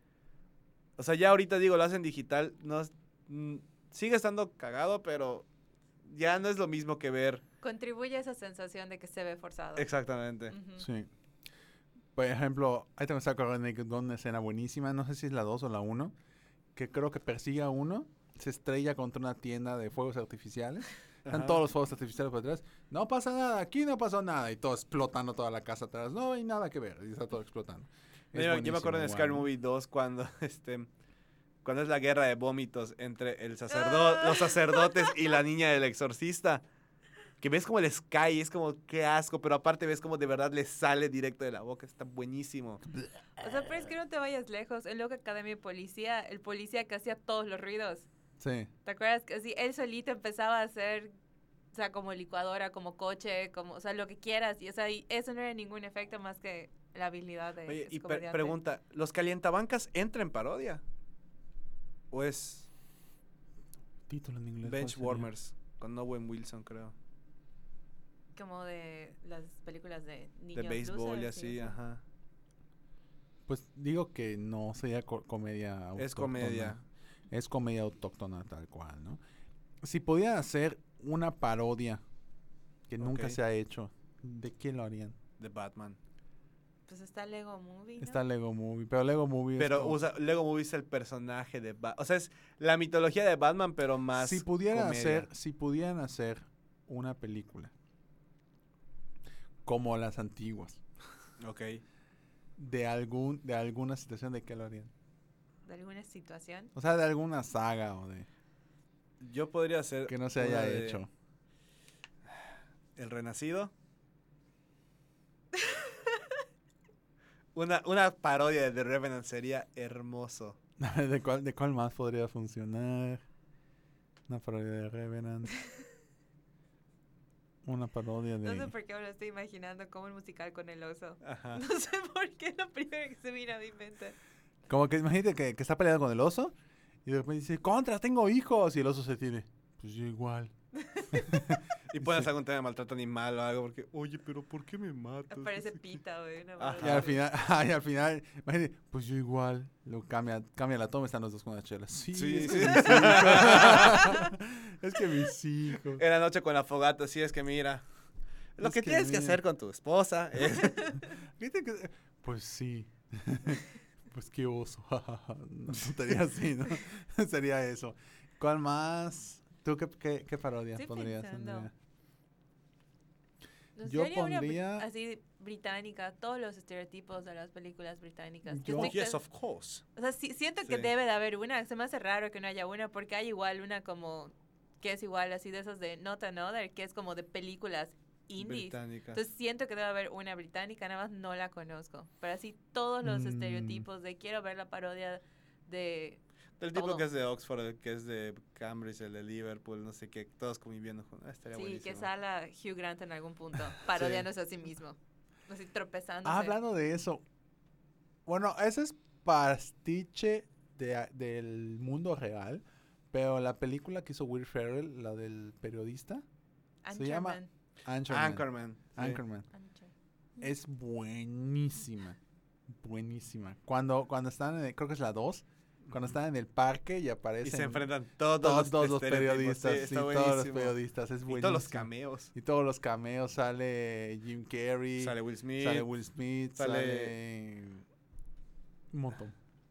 O sea, ya ahorita digo, lo hacen digital, no es- sigue estando cagado, pero ya no es lo mismo que ver. Contribuye a esa sensación de que se ve forzado. Exactamente. Ujú. Sí. Por ejemplo, ahí te me está acordando de Naked Gun, una escena buenísima. No sé si es la 2 o la 1. Que creo que persigue a uno. Se estrella contra una tienda de fuegos artificiales. Están Ajá. todos los fuegos artificiales por detrás. No pasa nada, aquí no pasó nada. Y todo explotando toda la casa atrás. No hay nada que ver. Y está todo explotando. Es Yo me acuerdo en buenísimo, Scary igual, ¿no? Movie 2 cuando cuando es la guerra de vómitos entre el Ah. los sacerdotes y la niña del exorcista. Que ves como les cae, es como qué asco, pero aparte ves como de verdad les sale directo de la boca, está buenísimo. O sea, pero es que no te vayas lejos. En Loca Academia de Policía, el policía que hacía todos los ruidos. Sí. ¿Te acuerdas? Que así él solito empezaba a hacer, o sea, como licuadora, como coche, como, o sea, lo que quieras. Y, o sea, y eso no era ningún efecto más que la habilidad de Oye, ese y comediante. pregunta, ¿los calientabancas entran en parodia? ¿O es Título en inglés. ¿cuál sería? Benchwarmers? Con Owen Wilson, creo. Como de las películas de De niños béisbol y losers, así, eso. ajá. Pues digo que no sería comedia autóctona. Es comedia. Es comedia autóctona tal cual, ¿no? Si pudiera hacer una parodia que nunca Ok. se ha hecho, ¿de quién lo harían? De Batman. Pues está Lego Movie, ¿no? Está Lego Movie, pero Lego Movie es Pero como- usa, Lego Movie es el personaje de Batman. O sea, es la mitología de Batman, pero más si pudieran comedia. hacer una película como las antiguas Ok. de alguna situación, ¿de qué lo harían? De alguna situación. O sea, de alguna saga o de Yo podría hacer que no se una haya de hecho. El Renacido. Una parodia de The Revenant sería hermoso. ¿De cuál más podría funcionar? Una parodia de Revenant. Una parodia No sé de... por qué me lo estoy imaginando como un musical con el oso. Ajá. No sé por qué es lo primero que se viene a mi mente. Como que imagínate que está peleando con el oso y de repente dice, ¡contra, tengo hijos! Y el oso se tiene. Pues yo igual. Y pones algún tema de maltrato animal o algo porque, oye, pero ¿por qué me matas? Parece No sé qué". pita, güey. Una Ajá. Y al final, imagínate, pues yo igual. Lo cambia la toma, están los dos con las chelas. Sí, Sí, es sí. que mis hijos. Es que mis hijos. En la noche con la fogata, sí, es que mira. Lo Es que que tienes que mira. hacer con tu esposa es... ¿Viste que- Pues sí. Pues qué oso. No sería así, ¿no? Sería eso. ¿Cuál más? ¿Tú qué parodia Estoy pondrías, pensando. Andrea? No sé, Yo haría una pondría- así británica, todos los estereotipos de las películas británicas. Yo- Oh, Estoy yes, ca- of course. O sea, siento que Sí. debe de haber una. Se me hace raro que no haya una porque hay igual una como que es igual así de esas de Not Another, que es como de películas indies. Británica. Entonces siento que debe haber una británica, nada más no la conozco. Pero así todos los estereotipos de quiero ver la parodia de... Del tipo todo. que es de Oxford, el que es de Cambridge, el de Liverpool, no sé qué, todos conviviendo juntos. Estaría Sí, buenísimo. que sala Hugh Grant en algún punto, parodiándose a sí mismo. Así tropezándose. Hablando de eso. Bueno, ese es pastiche del mundo real. Pero la película que hizo Will Ferrell, la del periodista, se llama Anchorman. Anchorman. sí. Anchorman. Anchor. Es buenísima. Buenísima. Cuando están creo que es la 2. Cuando están en el parque y aparecen Y se enfrentan todos todos los estereotipos, periodistas. sí, Sí, está todos los buenísimo. periodistas. Es Y buenísimo. todos los cameos. Y todos los cameos. Sale Jim Carrey. Sale Will Smith. Sale Will Smith. sale- Sale un montón.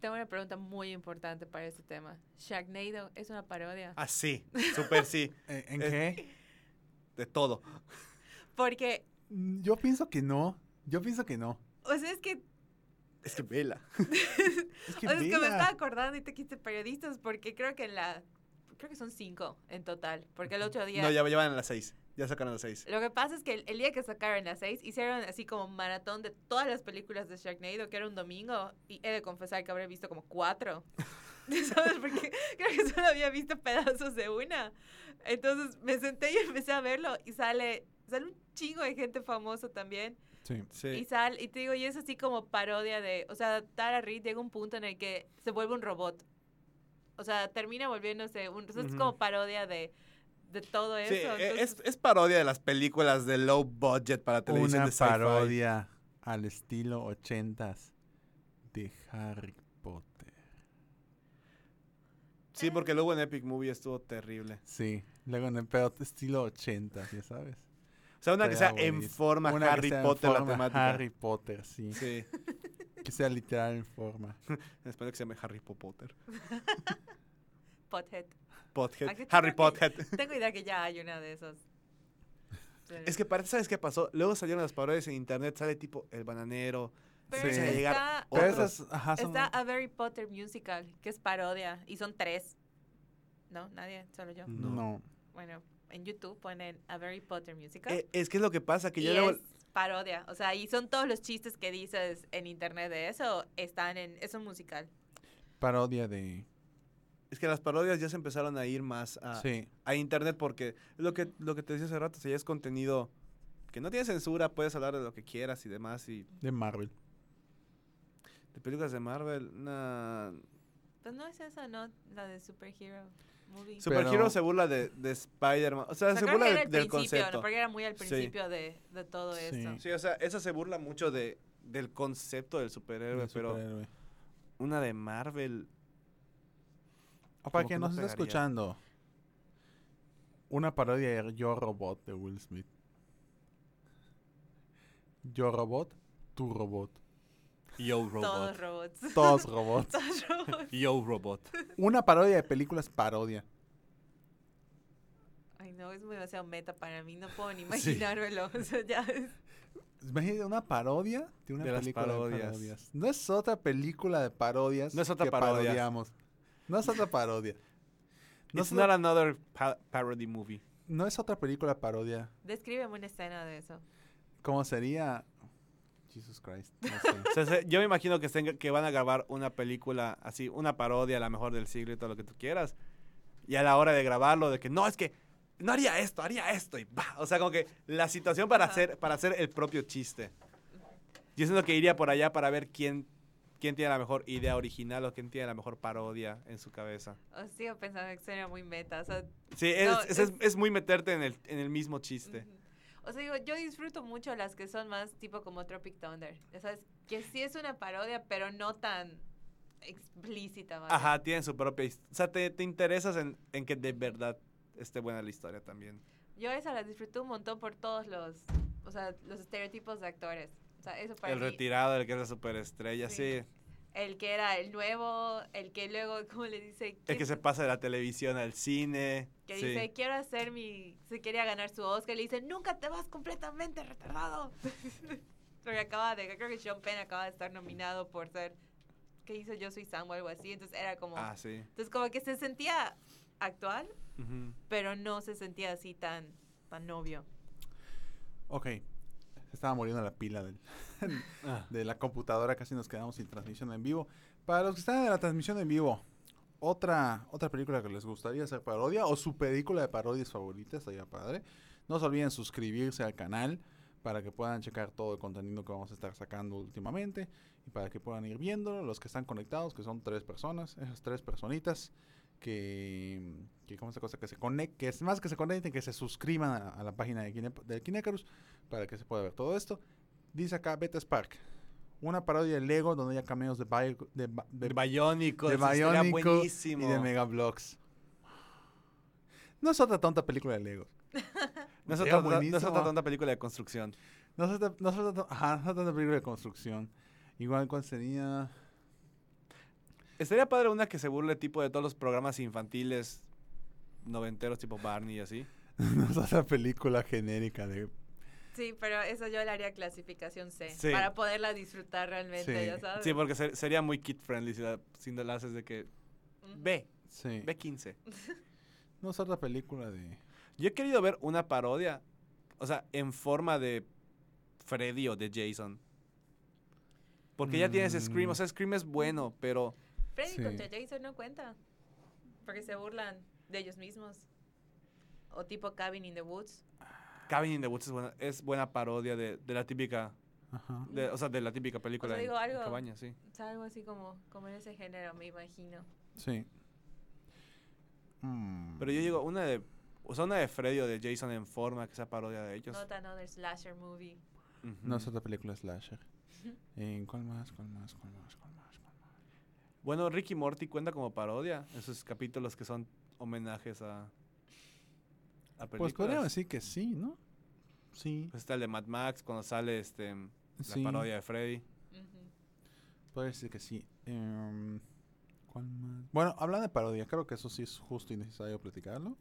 Tengo una pregunta muy importante para este tema. ¿Sharknado es una parodia? Ah, sí, súper sí. ¿En qué? De todo. Porque, Yo pienso que no. o sea, es que Es que vela. Es que o sea, es que me vela. estaba acordando y te quiste periodistas porque creo que son 5 en total. Porque el otro día... No, ya llevan a las 6. Ya sacaron las 6. Lo que pasa es que el día que sacaron las 6, hicieron así como maratón de todas las películas de Sharknado, que era un domingo, y he de confesar que habré visto como 4. ¿Sabes? Porque creo que solo había visto pedazos de una. Entonces me senté y empecé a verlo y sale un chingo de gente famosa también. Sí. Sí. Y te digo, y es así como parodia de, o sea, Tara Reid llega a un punto en el que se vuelve un robot. O sea, termina volviéndose es como parodia de todo eso. Sí, Entonces, es parodia de las películas de low budget para televisión Una de sci-fi. parodia al estilo 80s de Harry Potter. Sí, porque luego en Epic Movie estuvo terrible. Sí, luego en el pedo estilo 80s, ya sabes. O sea, una que sea Estaría en buenísimo. forma Una que Harry sea en Potter la forma temática. Harry Potter, sí. Sí. Que sea literal en forma. Espero que se llame Harry Potter. Pothead. Pothead. Aquí Harry tengo que- Pothead. Tengo idea que ya hay una de esos. Sí. Es que parece, ¿sabes qué pasó? Luego salieron las parodias en internet, sale tipo El Bananero. Pero sí. Empiezan a llegar está, Pero otros. esas, ajá, son... está A Harry Potter Musical, que es parodia, y son 3. ¿No? ¿Nadie? ¿Solo yo? No. Bueno, en YouTube ponen A Harry Potter Musical. Es que es lo que pasa, que y ya luego... es parodia. O sea, y son todos los chistes que dices en internet de eso, es un musical. Parodia de... Es que las parodias ya se empezaron a ir más Sí. a internet porque es lo que te decía hace rato, o sea, ya es contenido que no tiene censura, puedes hablar de lo que quieras y demás. Y De Marvel. de películas de Marvel, Pues no es esa, ¿no? La de Superhero Movie. Super Pero- Hero se burla de Spider-Man. O sea, O sea, se creo burla que era el del principio, concepto. ¿no? Porque era muy al Sí. principio de todo Sí. esto. Sí, o sea, esa se burla mucho del concepto del superhéroe, de pero superhéroe. una de Marvel... O para como quien que no nos está pegaría. escuchando, una parodia de Yo Robot de Will Smith. Yo Robot, tu robot. Yo Todos robots. Todos robots. Todos robots. Yo Robot. Una parodia de películas parodia. Ay, no, es demasiado meta para mí. No puedo ni imaginármelo. O sea, ya es... Imagínate una parodia de una De las película de parodias. parodias. No es otra película de parodias No es otra que parodia. parodiamos. No es otra parodia. No It's es, not another parody movie. no es otra película parodia. Descríbeme una escena de eso. ¿Cómo sería? Jesus Christ. No sé. O sea, yo me imagino que van a grabar una película así, una parodia a la mejor del siglo y todo lo que tú quieras. Y a la hora de grabarlo, de que no, es que no haría esto y ¡bah! O sea, como que la situación para hacer el propio chiste. Yo siento que iría por allá para ver quién tiene la mejor idea original o quién tiene la mejor parodia en su cabeza. O sigo pensando que sería muy meta. O sea, Sí, No, es muy meterte en el mismo chiste. ujú. O sea, digo, yo disfruto mucho las que son más tipo como Tropic Thunder. Ya sabes, que sí es una parodia, pero no tan explícita. ¿vale? Ajá, tienen su propia historia. O sea, te interesas en que de verdad esté buena la historia también. Yo esa la disfruté un montón por todos los estereotipos de actores. O sea, eso para El mí. retirado, el que es la superestrella, Sí. sí. El que era el nuevo, el que luego, ¿cómo le dice? El que se pasa de la televisión al cine. Que sí. dice, quiero hacer se quería ganar su Oscar, y le dice, nunca te vas completamente retardado. Porque creo que Sean Penn acaba de estar nominado por ser, ¿qué hizo Yo Soy Sam o algo así? Entonces era como, Ah, sí. entonces como que se sentía actual, Ujú. pero no se sentía así tan obvio. Ok. Se estaba muriendo la pila Ah. de la computadora. Casi nos quedamos sin transmisión en vivo. Para los que están en la transmisión en vivo, otra película que les gustaría hacer parodia o su película de parodias favorita, estaría padre. No se olviden suscribirse al canal para que puedan checar todo el contenido que vamos a estar sacando últimamente y para que puedan ir viendo los que están conectados, que son 3 personas, esas 3 personitas que ¿cómo es la cosa? Que se conecten, que es más que se conecten, que se suscriban a la página del Kinecarus para que se pueda ver todo esto. Dice acá Beta Spark, una parodia de Lego donde haya cameos de Bionicle. de eso estaría Bionicle buenísimo. y de Megablocks. No es otra tonta película de Lego. No es Sería otra buenísimo. tonta película de construcción. No es otra tonta película de construcción. Igual, ¿cuál sería? Estaría padre una que se burle tipo de todos los programas infantiles noventeros tipo Barney y así. No es otra película genérica de... Sí, pero eso yo le haría clasificación C. Sí. Para poderla disfrutar realmente, Sí. ya sabes. Sí, porque sería muy kid friendly si la haces de que... Ujú. Sí. B15. No es otra película de... Yo he querido ver una parodia, o sea, en forma de Freddy o de Jason. Porque ya tienes Scream, o sea, Scream es bueno, pero... Freddy Sí. contra Jason no cuenta. Porque se burlan de ellos mismos. O tipo Cabin in the Woods. Cabin in the Woods es buena parodia de la típica... Ajá. o sea, de la típica película O sea, digo, en algo- cabaña, sí. O sea, algo así como en ese género, me imagino. Sí. Pero yo digo, una de Freddy o de Jason en forma que sea parodia de ellos. Not another slasher movie. Ujú. No es otra película slasher. ¿Cuál más? Bueno, Rick y Morty cuenta como parodia. Esos capítulos que son homenajes a películas. Pues podríamos decir que sí, ¿no? Sí. Pues está el de Mad Max, cuando sale la Sí. parodia de Freddy. Ujú. Podría decir que sí. ¿Cuál más? Bueno, hablando de parodia, creo que eso sí es justo y necesario platicarlo.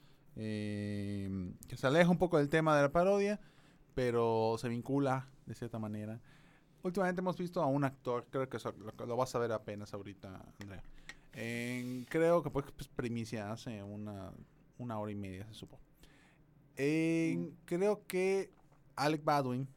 Que se aleja un poco del tema de la parodia, pero se vincula de cierta manera. Últimamente hemos visto a un actor, creo que eso lo vas a ver apenas ahorita, Andrea. Creo que pues primicia hace una hora y media, se supo. Creo que Alec Baldwin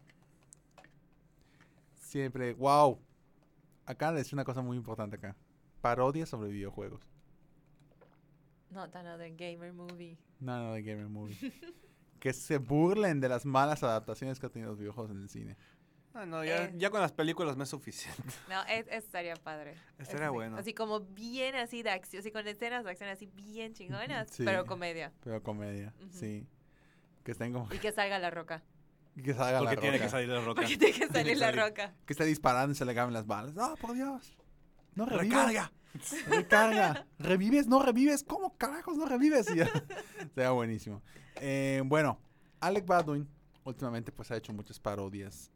siempre, wow, acá le decía una cosa muy importante acá. Parodia sobre videojuegos. Not another gamer movie. No, de Gamer Movie. Que se burlen de las malas adaptaciones que han tenido los videojuegos en el cine. Ah, no, ya con las películas me es suficiente. No, estaría padre. Estaría Así- bueno. Así como bien así de acción, así con escenas de acción así bien chingonas, Sí. pero comedia. Pero comedia, Ujú. sí. Que estén como... Y que salga La Roca. Y que salga Porque la tiene roca. que salir la roca. Porque tiene que que salir La salir. Roca. Que esté disparando y se le acaben las balas. ¡Oh, por Dios! ¡No revives! ¡Recarga! ¡Recarga! ¿Revives? ¿No revives? ¿Cómo carajos no revives? Y ya. Sería buenísimo. Bueno, Alec Baldwin últimamente pues ha hecho muchas parodias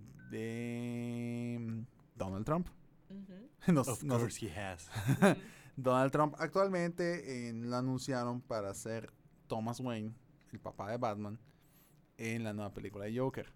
de Donald Trump. Ujú. he has. Ujú. Donald Trump actualmente lo anunciaron para ser Thomas Wayne, el papá de Batman, en la nueva película de Joker.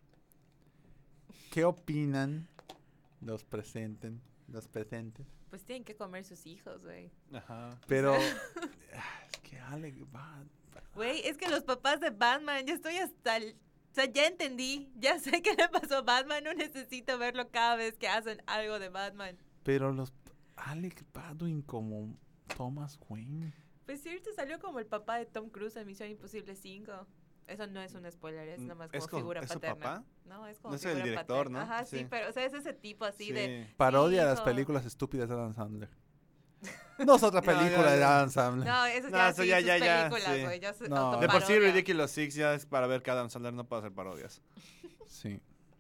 ¿Qué opinan los presentes? Pues tienen que comer sus hijos, güey. Ajá. Pero es que Alec Baldwin... Güey, es que los papás de Batman, ya estoy hasta el... O sea, ya entendí, ya sé qué le pasó a Batman, no necesito verlo cada vez que hacen algo de Batman. Pero Alec Baldwin como Thomas Wayne. Pues cierto, salió como el papá de Tom Cruise en Misión Imposible 5. Eso no es un spoiler, es nomás como figura ¿Es su paterna. papá? No, es como No es el figura director, paterna. ¿no? Ajá, sí. Sí. Pero, o sea, es ese tipo así de... Parodia a las hijo. películas estúpidas de Adam Sandler. No es otra película de Adam Sandler. No, eso No, ya eso sí, ya, sus ya, ya, películas, sí. güey, ya se No. De por sí, autoparodia. Ridiculous Six ya es para ver que Adam Sandler no puede hacer parodias. Sí.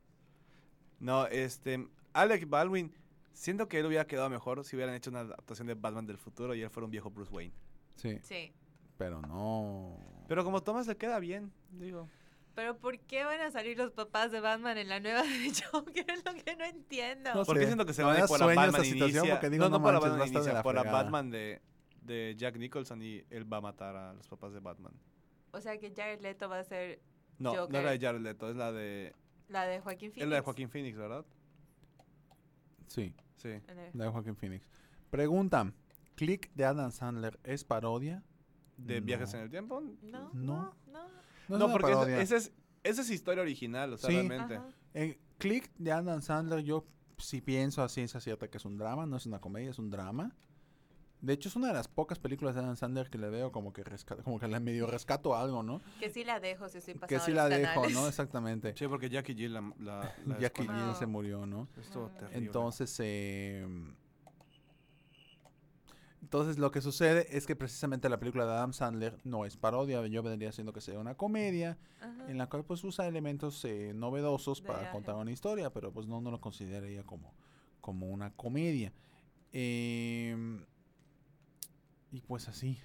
No, Alec Baldwin, siento que él hubiera quedado mejor si hubieran hecho una adaptación de Batman del futuro y él fuera un viejo Bruce Wayne. Sí. Sí. Pero no. Pero como Thomas le queda bien, digo. Pero ¿por qué van a salir los papás de Batman en la nueva de Joker? Es lo que no entiendo. No ¿Por qué sé. siento que se Me van a da ir por la sueño esa Batman situación inicia? porque digo, no no por la manches, va a Batman estar de inicia, la por la fregada. Batman de Jack Nicholson y él va a matar a los papás de Batman. O sea que Jared Leto va a ser No, no Joker. es la de Jared Leto, es la de... la de Joaquín Phoenix. Es la de Joaquín Phoenix, ¿verdad? Sí, Sí. la de Joaquín Phoenix. Pregunta: ¿Click de Adam Sandler es parodia? ¿De No. Viajes en el Tiempo? No, No. no. No, No, es una porque parodia. esa es historia original, o sea, Sí. realmente. Ajá. Click de Adam Sandler, yo sí pienso a ciencia cierta que es un drama, no es una comedia, es un drama. De hecho, es una de las pocas películas de Adam Sandler que le veo como que le medio rescato algo, ¿no? Que sí la dejo si estoy pasando Que sí los la dejo, canales. ¿no? Exactamente. Sí, porque Jackie Jill la Jackie descuadró. Jill se murió, ¿no? Estuvo No. terrible. Entonces lo que sucede es que precisamente la película de Adam Sandler no es parodia, yo vendría siendo que sea una comedia Ajá. en la cual pues usa elementos novedosos De para viaje. contar una historia, pero pues no lo consideraría como una comedia. Y pues así.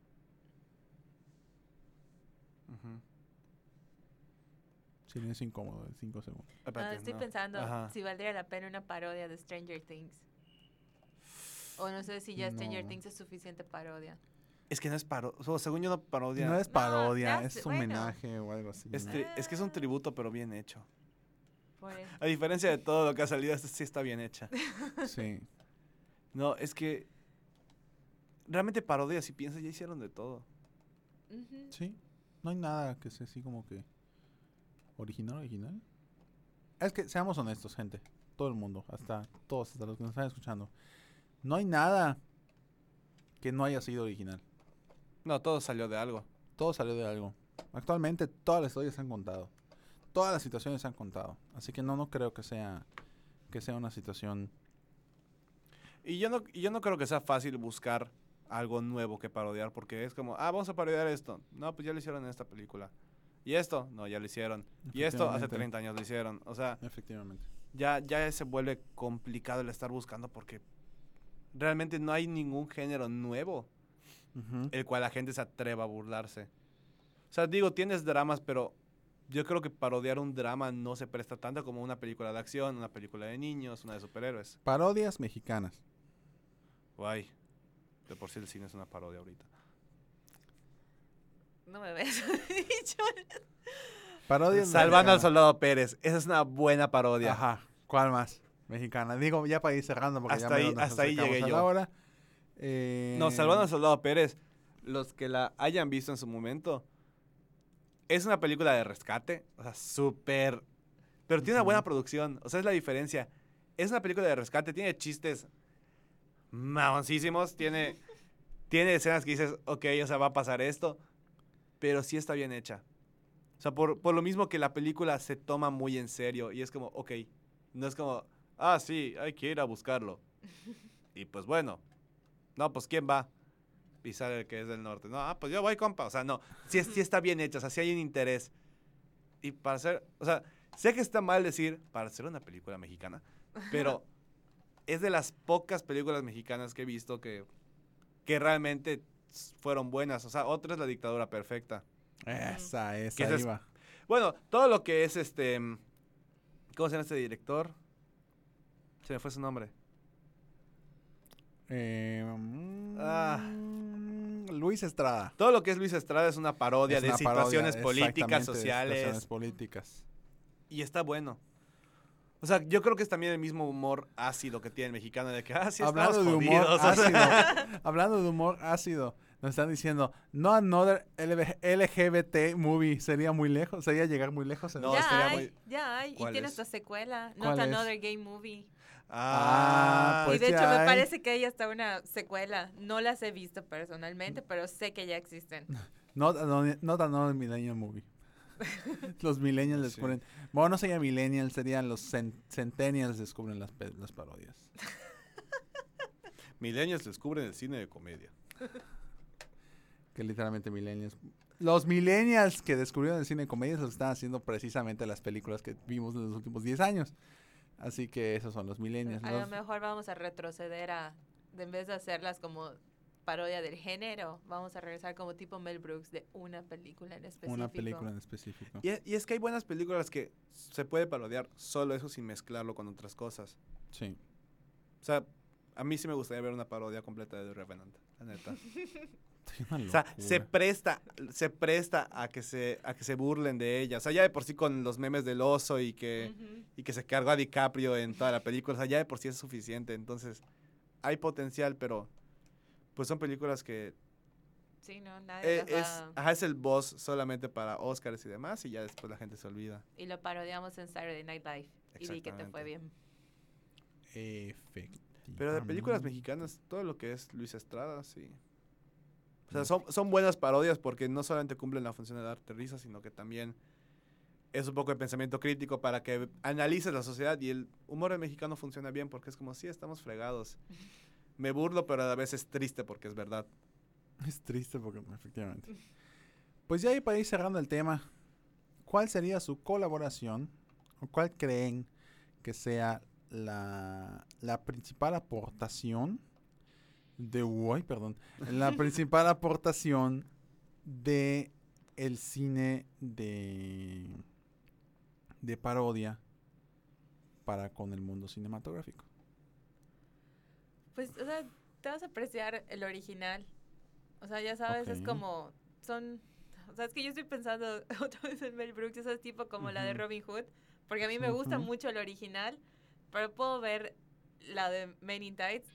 Ujú. Silencio incómodo de 5 segundos. Ah, Espérate, estoy no. pensando Ajá. si valdría la pena una parodia de Stranger Things. O no sé si ya Stranger Things es suficiente parodia. Es que no es parodia. Según yo, no parodia. No es parodia, No, es bueno. homenaje o algo así. Es, ¿no? es que es un tributo, pero bien hecho. Por eso. A diferencia de todo lo que ha salido, esta sí está bien hecha. Sí. No, es que realmente parodia, si piensas, ya hicieron de todo. Ujú. Sí. No hay nada que sea así como que original. Es que seamos honestos, gente. Todo el mundo, hasta los que nos están escuchando. No hay nada que no haya sido original. No, todo salió de algo. Todo salió de algo. Actualmente todas las historias se han contado. Todas las situaciones se han contado. Así que no creo que sea una situación. Y yo no creo que sea fácil buscar algo nuevo que parodiar, porque es como, vamos a parodiar esto. No, pues ya lo hicieron en esta película. ¿Y esto? No, ya lo hicieron. Y esto hace 30 años lo hicieron. O sea, Efectivamente. ya se vuelve complicado el estar buscando porque realmente no hay ningún género nuevo Ujú. el cual la gente se atreva a burlarse. O sea, digo, tienes dramas, pero yo creo que parodiar un drama no se presta tanto como una película de acción, una película de niños, una de superhéroes. Parodias mexicanas. Guay. De por sí el cine es una parodia ahorita. No me ves dicho. Parodias Salvando al mexicanas. Soldado Pérez. Esa es una buena parodia. Ajá. ¿Cuál más? Mexicana. Digo, ya para ir cerrando porque Hasta ya ahí- menos nos hasta ahí acercamos llegué a yo. la hora. No, Salvando al Soldado Pérez, los que la hayan visto en su momento, es una película de rescate, o sea, súper... Pero tiene una buena producción, o sea, es la diferencia. Es una película de rescate, tiene chistes mamoncísimos, tiene escenas que dices, ok, o sea, va a pasar esto, pero sí está bien hecha. O sea, por lo mismo que la película se toma muy en serio y es como, ok, no es como, sí, hay que ir a buscarlo. Y pues bueno, no, pues ¿quién va? Y sale el que es del norte. No, pues yo voy, compa. O sea, no, sí está bien hecha, o sea, sí hay un interés. Y para hacer, o sea, sé que está mal decir para hacer una película mexicana, pero es de las pocas películas mexicanas que he visto que realmente fueron buenas. O sea, otra es La Dictadura Perfecta. Esa Que esa es- iba. Bueno, todo lo que es ¿cómo se llama este director? Se me fue su nombre. Luis Estrada. Todo lo que es Luis Estrada es una parodia Es de una situaciones parodia, políticas, exactamente, de sociales. situaciones políticas. Y está bueno. O sea, yo creo que es también el mismo humor ácido que tiene el mexicano de que, sí Hablando de estamos humor jodidos. O sea, ácido. Hablando de humor ácido. Nos están diciendo, no another LGBT movie. Sería muy lejos. Sería llegar muy lejos. No, ya estaría hay, muy- ya hay. Y ¿Cuál tiene es? esta secuela. ¿Cuál Not es? Another Gay Movie. Pues y de hecho ya me hay. parece que hay hasta una secuela. No las he visto personalmente, pero sé que ya existen. Not another millennial movie. Los millennials Sí. descubren. Bueno, no sería millennials, serían los centennials descubren las parodias. Millennials descubren el cine de comedia. Que literalmente millennials. Los millennials que descubrieron el cine de comedia es lo que están haciendo precisamente las películas que vimos en los últimos 10 años. Así que esos son los millennials. A los- lo mejor vamos a retroceder en vez de hacerlas como parodia del género, vamos a regresar como tipo Mel Brooks de una película en específico. Una película en específico. Y es que hay buenas películas que se puede parodiar solo eso sin mezclarlo con otras cosas. Sí. O sea, a mí sí me gustaría ver una parodia completa de The Revenant, la neta. Una O sea, locura. se presta a que se burlen de ella. O sea, ya de por sí con los memes del oso y que se cargó a DiCaprio en toda la película. O sea, ya de por sí es suficiente. Entonces, hay potencial, pero pues son películas que Sí, no, nadie las va... es el boss solamente para Oscars y demás, y ya después la gente se olvida. Y lo parodiamos en Saturday Night Live. Y di que te fue Exactamente. bien. Pero de películas mexicanas, todo lo que es Luis Estrada, sí. O sea, son buenas parodias porque no solamente cumplen la función de darte risa, sino que también es un poco de pensamiento crítico para que analices la sociedad, y el humor mexicano funciona bien porque es como, sí, estamos fregados. Me burlo, pero a la vez es triste porque es verdad. Es triste porque, efectivamente. Pues ya ahí para ir cerrando el tema, ¿cuál sería su colaboración o cuál creen que sea la principal aportación la principal aportación de el cine de parodia para con el mundo cinematográfico? Pues, o sea, te vas a apreciar el original. O sea, ya sabes, es como, o sea, es que yo estoy pensando otra vez en Mel Brooks, ese tipo como la de Robin Hood, porque a mí me gusta mucho el original, pero puedo ver la de Men in Tights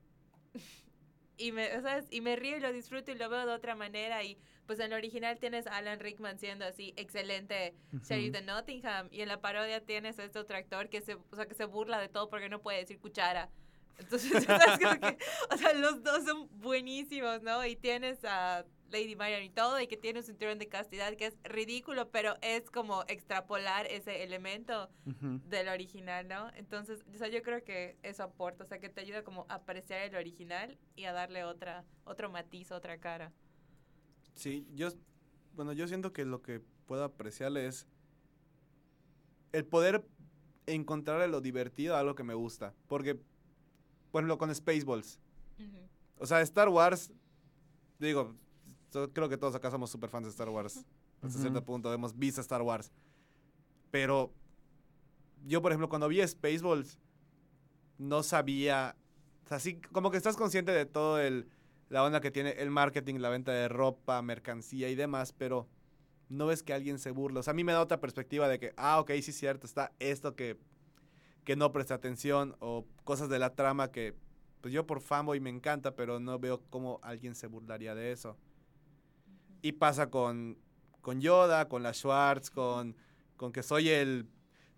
y me río y lo disfruto y lo veo de otra manera. Y pues en el original tienes a Alan Rickman siendo así excelente sheriff de Nottingham, y en la parodia tienes a este otro actor que se burla de todo porque no puede decir cuchara. Entonces, ¿sabes? Como que, o sea, los dos son buenísimos, ¿no? Y tienes a Lady Marian y todo, y que tiene un cinturón de castidad que es ridículo, pero es como extrapolar ese elemento del original, ¿no? Entonces, o sea, yo creo que eso aporta, o sea, que te ayuda como a apreciar el original y a darle otro matiz, otra cara. Sí, yo siento que lo que puedo apreciarle es el poder encontrarle lo divertido a algo que me gusta, porque por ejemplo, con Spaceballs. O sea, Star Wars, digo, creo que todos acá somos super fans de Star Wars. Hasta cierto punto hemos visto Star Wars. Pero yo, por ejemplo, cuando vi Spaceballs, no sabía, o sea, sí, como que estás consciente de todo la onda que tiene el marketing, la venta de ropa, mercancía y demás, pero no ves que alguien se burla. O sea, a mí me da otra perspectiva de que, ok, sí es cierto, está esto que no presta atención, o cosas de la trama que pues yo por fanboy me encanta, pero no veo cómo alguien se burlaría de eso. Y pasa con Yoda, con la Schwartz, con que soy el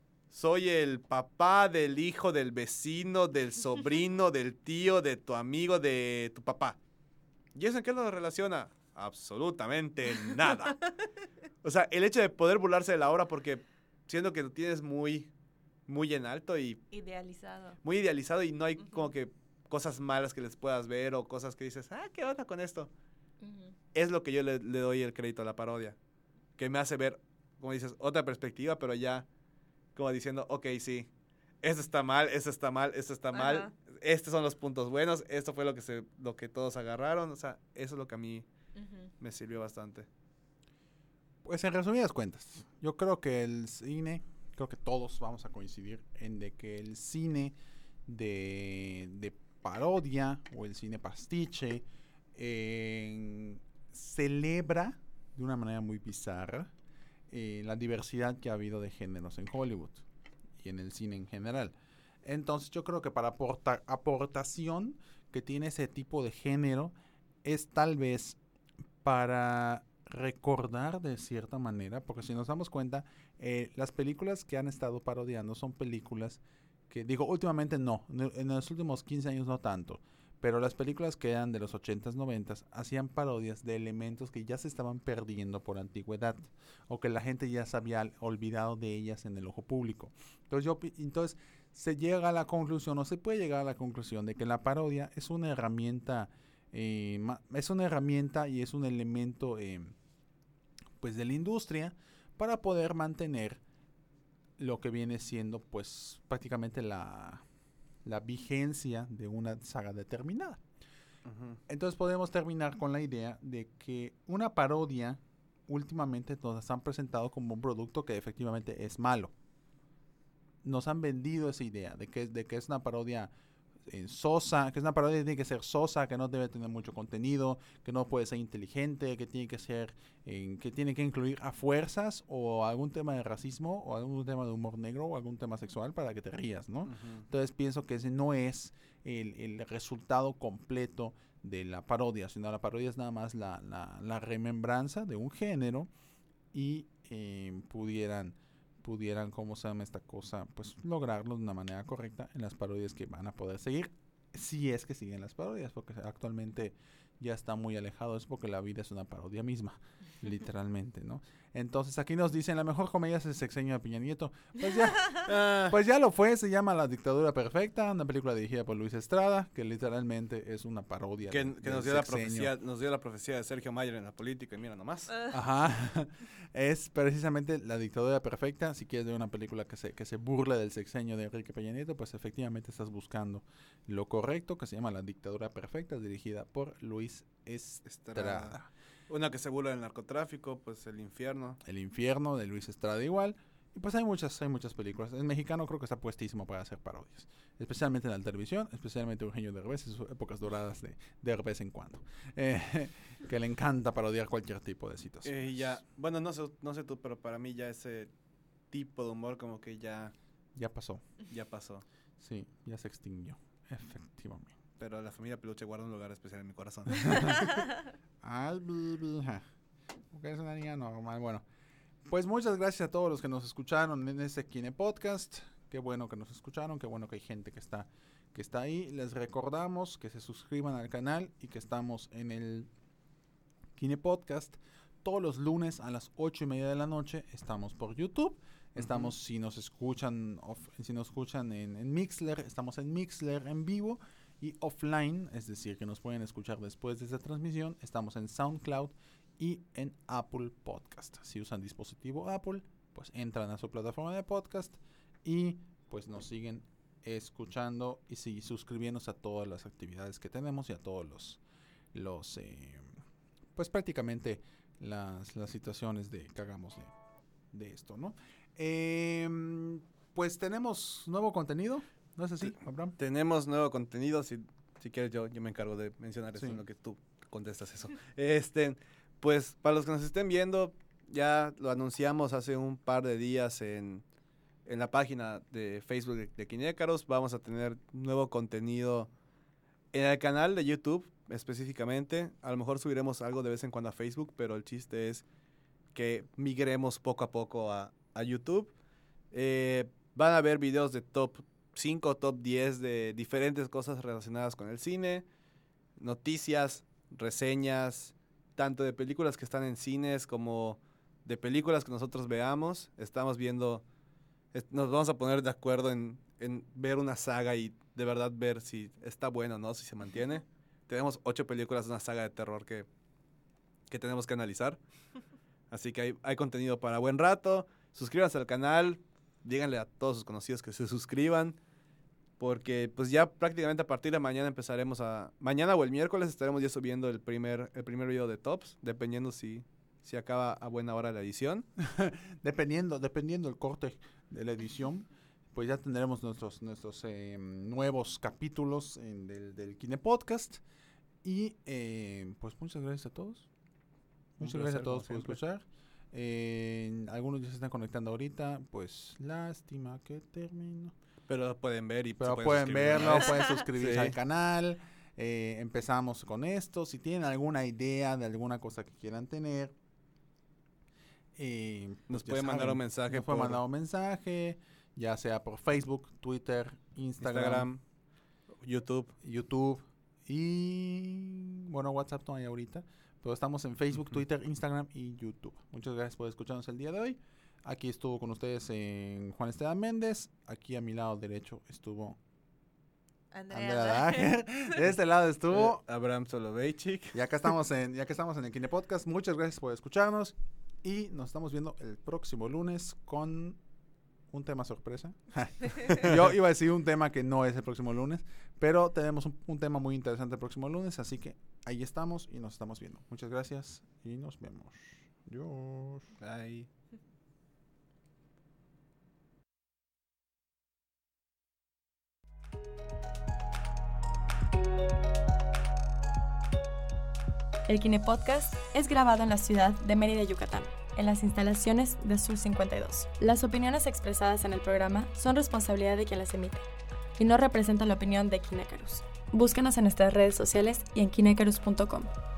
papá del hijo del vecino, del sobrino, del tío, de tu amigo, de tu papá. ¿Y eso en qué lo relaciona? Absolutamente nada. O sea, el hecho de poder burlarse de la obra, porque siento que lo tienes muy en alto y idealizado. Muy idealizado, y no hay como que cosas malas que les puedas ver o cosas que dices, ¿qué onda con esto? Es lo que yo le doy el crédito a la parodia, que me hace ver, como dices, otra perspectiva, pero ya como diciendo, ok, sí, esto está mal, esto está mal, esto está mal, estos son los puntos buenos, esto fue lo que todos agarraron. O sea, eso es lo que a mí me sirvió bastante. Pues en resumidas cuentas, yo creo que el cine, creo que todos vamos a coincidir en de que el cine de parodia o el cine pastiche celebra de una manera muy bizarra la diversidad que ha habido de géneros en Hollywood y en el cine en general. Entonces yo creo que para aportación que tiene ese tipo de género es tal vez para recordar de cierta manera, porque si nos damos cuenta, las películas que han estado parodiando son películas que, digo, últimamente no, en los últimos 15 años no tanto, pero las películas que eran de los 80s, 90s hacían parodias de elementos que ya se estaban perdiendo por antigüedad, o que la gente ya se había olvidado de ellas en el ojo público. Entonces se llega a la conclusión, o se puede llegar a la conclusión de que la parodia es una herramienta y es un elemento pues de la industria para poder mantener lo que viene siendo pues prácticamente la vigencia de una saga determinada. Entonces podemos terminar con la idea de que una parodia últimamente nos han presentado como un producto que efectivamente es malo. Nos han vendido esa idea de que es una parodia sosa, que es una parodia que tiene que ser sosa, que no debe tener mucho contenido, que no puede ser inteligente, que tiene que ser, que tiene que incluir a fuerzas o algún tema de racismo o algún tema de humor negro o algún tema sexual para que te rías, ¿no? Entonces pienso que ese no es el resultado completo de la parodia, sino la parodia es nada más la remembranza de un género y pudieran, ¿cómo se llama esta cosa? Pues lograrlo de una manera correcta en las parodias que van a poder seguir, si es que siguen las parodias, porque actualmente ya está muy alejado, es porque la vida es una parodia misma, literalmente, ¿no? Entonces aquí nos dicen, la mejor comedia es el sexenio de Peña Nieto. Pues ya lo fue, se llama La Dictadura Perfecta, una película dirigida por Luis Estrada, que literalmente es una parodia. Que nos dio la profecía de Sergio Mayer en la política, y mira nomás. Ajá, es precisamente La Dictadura Perfecta. Si quieres ver una película que se burla del sexenio de Enrique Peña Nieto, pues efectivamente estás buscando lo correcto, que se llama La Dictadura Perfecta, dirigida por Luis Estrada. Una que se burla del narcotráfico, pues El Infierno. El Infierno de Luis Estrada igual. Pues hay muchas películas. El mexicano creo que está puestísimo para hacer parodias. Especialmente en la televisión, especialmente Eugenio Derbez en sus épocas doradas de vez en cuando. Que le encanta parodiar cualquier tipo de situación. Bueno, no sé tú, pero para mí ya ese tipo de humor como que ya pasó. Ya pasó. Sí, ya se extinguió. Efectivamente. Pero la familia Peluche guarda un lugar especial en mi corazón. Porque es una niña normal. Bueno, pues muchas gracias a todos los que nos escucharon en este Kine Podcast. Qué bueno que nos escucharon, qué bueno que hay gente que está ahí. Les recordamos que se suscriban al canal y que estamos en el Kine Podcast todos los lunes a las 8:30 de la noche. Estamos por YouTube. Estamos, si nos escuchan en Mixler, estamos en Mixler en vivo y offline, es decir, que nos pueden escuchar después de esta transmisión. Estamos en SoundCloud y en Apple Podcast. Si usan dispositivo Apple, pues entran a su plataforma de podcast y pues nos siguen escuchando y suscribiéndose a todas las actividades que tenemos y a todos los pues prácticamente las situaciones que hagamos de esto, ¿no? Pues tenemos nuevo contenido, ¿no es así, Abraham? Tenemos nuevo contenido, si quieres yo me encargo de mencionar eso en lo que tú contestas eso. Pues para los que nos estén viendo, ya lo anunciamos hace un par de días en la página de Facebook de Kinécaros. Vamos a tener nuevo contenido en el canal de YouTube específicamente. A lo mejor subiremos algo de vez en cuando a Facebook, pero el chiste es que migremos poco a poco a YouTube. Van a haber videos de top 5, top 10 de diferentes cosas relacionadas con el cine, noticias, reseñas, tanto de películas que están en cines como de películas que nosotros veamos. Estamos viendo, nos vamos a poner de acuerdo en ver una saga y de verdad ver si está buena o no, si se mantiene. Tenemos 8 películas de una saga de terror que tenemos que analizar. Así que hay contenido para buen rato. Suscríbanse al canal, díganle a todos sus conocidos que se suscriban, porque pues ya prácticamente a partir de mañana mañana o el miércoles estaremos ya subiendo el primer video de Tops, dependiendo si acaba a buena hora la edición. dependiendo el corte de la edición, pues ya tendremos nuestros nuevos capítulos del Kine Podcast. Y pues muchas gracias a todos. Muchas gracias a todos por escuchar. Algunos ya se están conectando ahorita, pues lástima que termino. Pero pueden ver pueden verlo, pueden suscribirse al canal. Empezamos con esto. Si tienen alguna idea de alguna cosa que quieran tener, nos pueden mandar un mensaje. Nos pueden mandar un mensaje, ya sea por Facebook, Twitter, Instagram, YouTube y bueno, WhatsApp no hay ahorita. Pero estamos en Facebook, Twitter, Instagram y YouTube. Muchas gracias por escucharnos el día de hoy. Aquí estuvo con ustedes Juan Esteban Méndez. Aquí a mi lado derecho estuvo Andrea Dager. De este lado estuvo Abraham Soloveitchik. Y acá estamos en el Kine Podcast. Muchas gracias por escucharnos. Y nos estamos viendo el próximo lunes con un tema sorpresa. Yo iba a decir un tema que no es el próximo lunes, pero tenemos un tema muy interesante el próximo lunes, así que ahí estamos y nos estamos viendo. Muchas gracias y nos vemos. Adiós. Bye. El Kine Podcast es grabado en la ciudad de Mérida, Yucatán, en las instalaciones de Sur 52. Las opiniones expresadas en el programa son responsabilidad de quien las emite y no representan la opinión de Kinécaros. Búscanos en nuestras redes sociales y en kinécaros.com.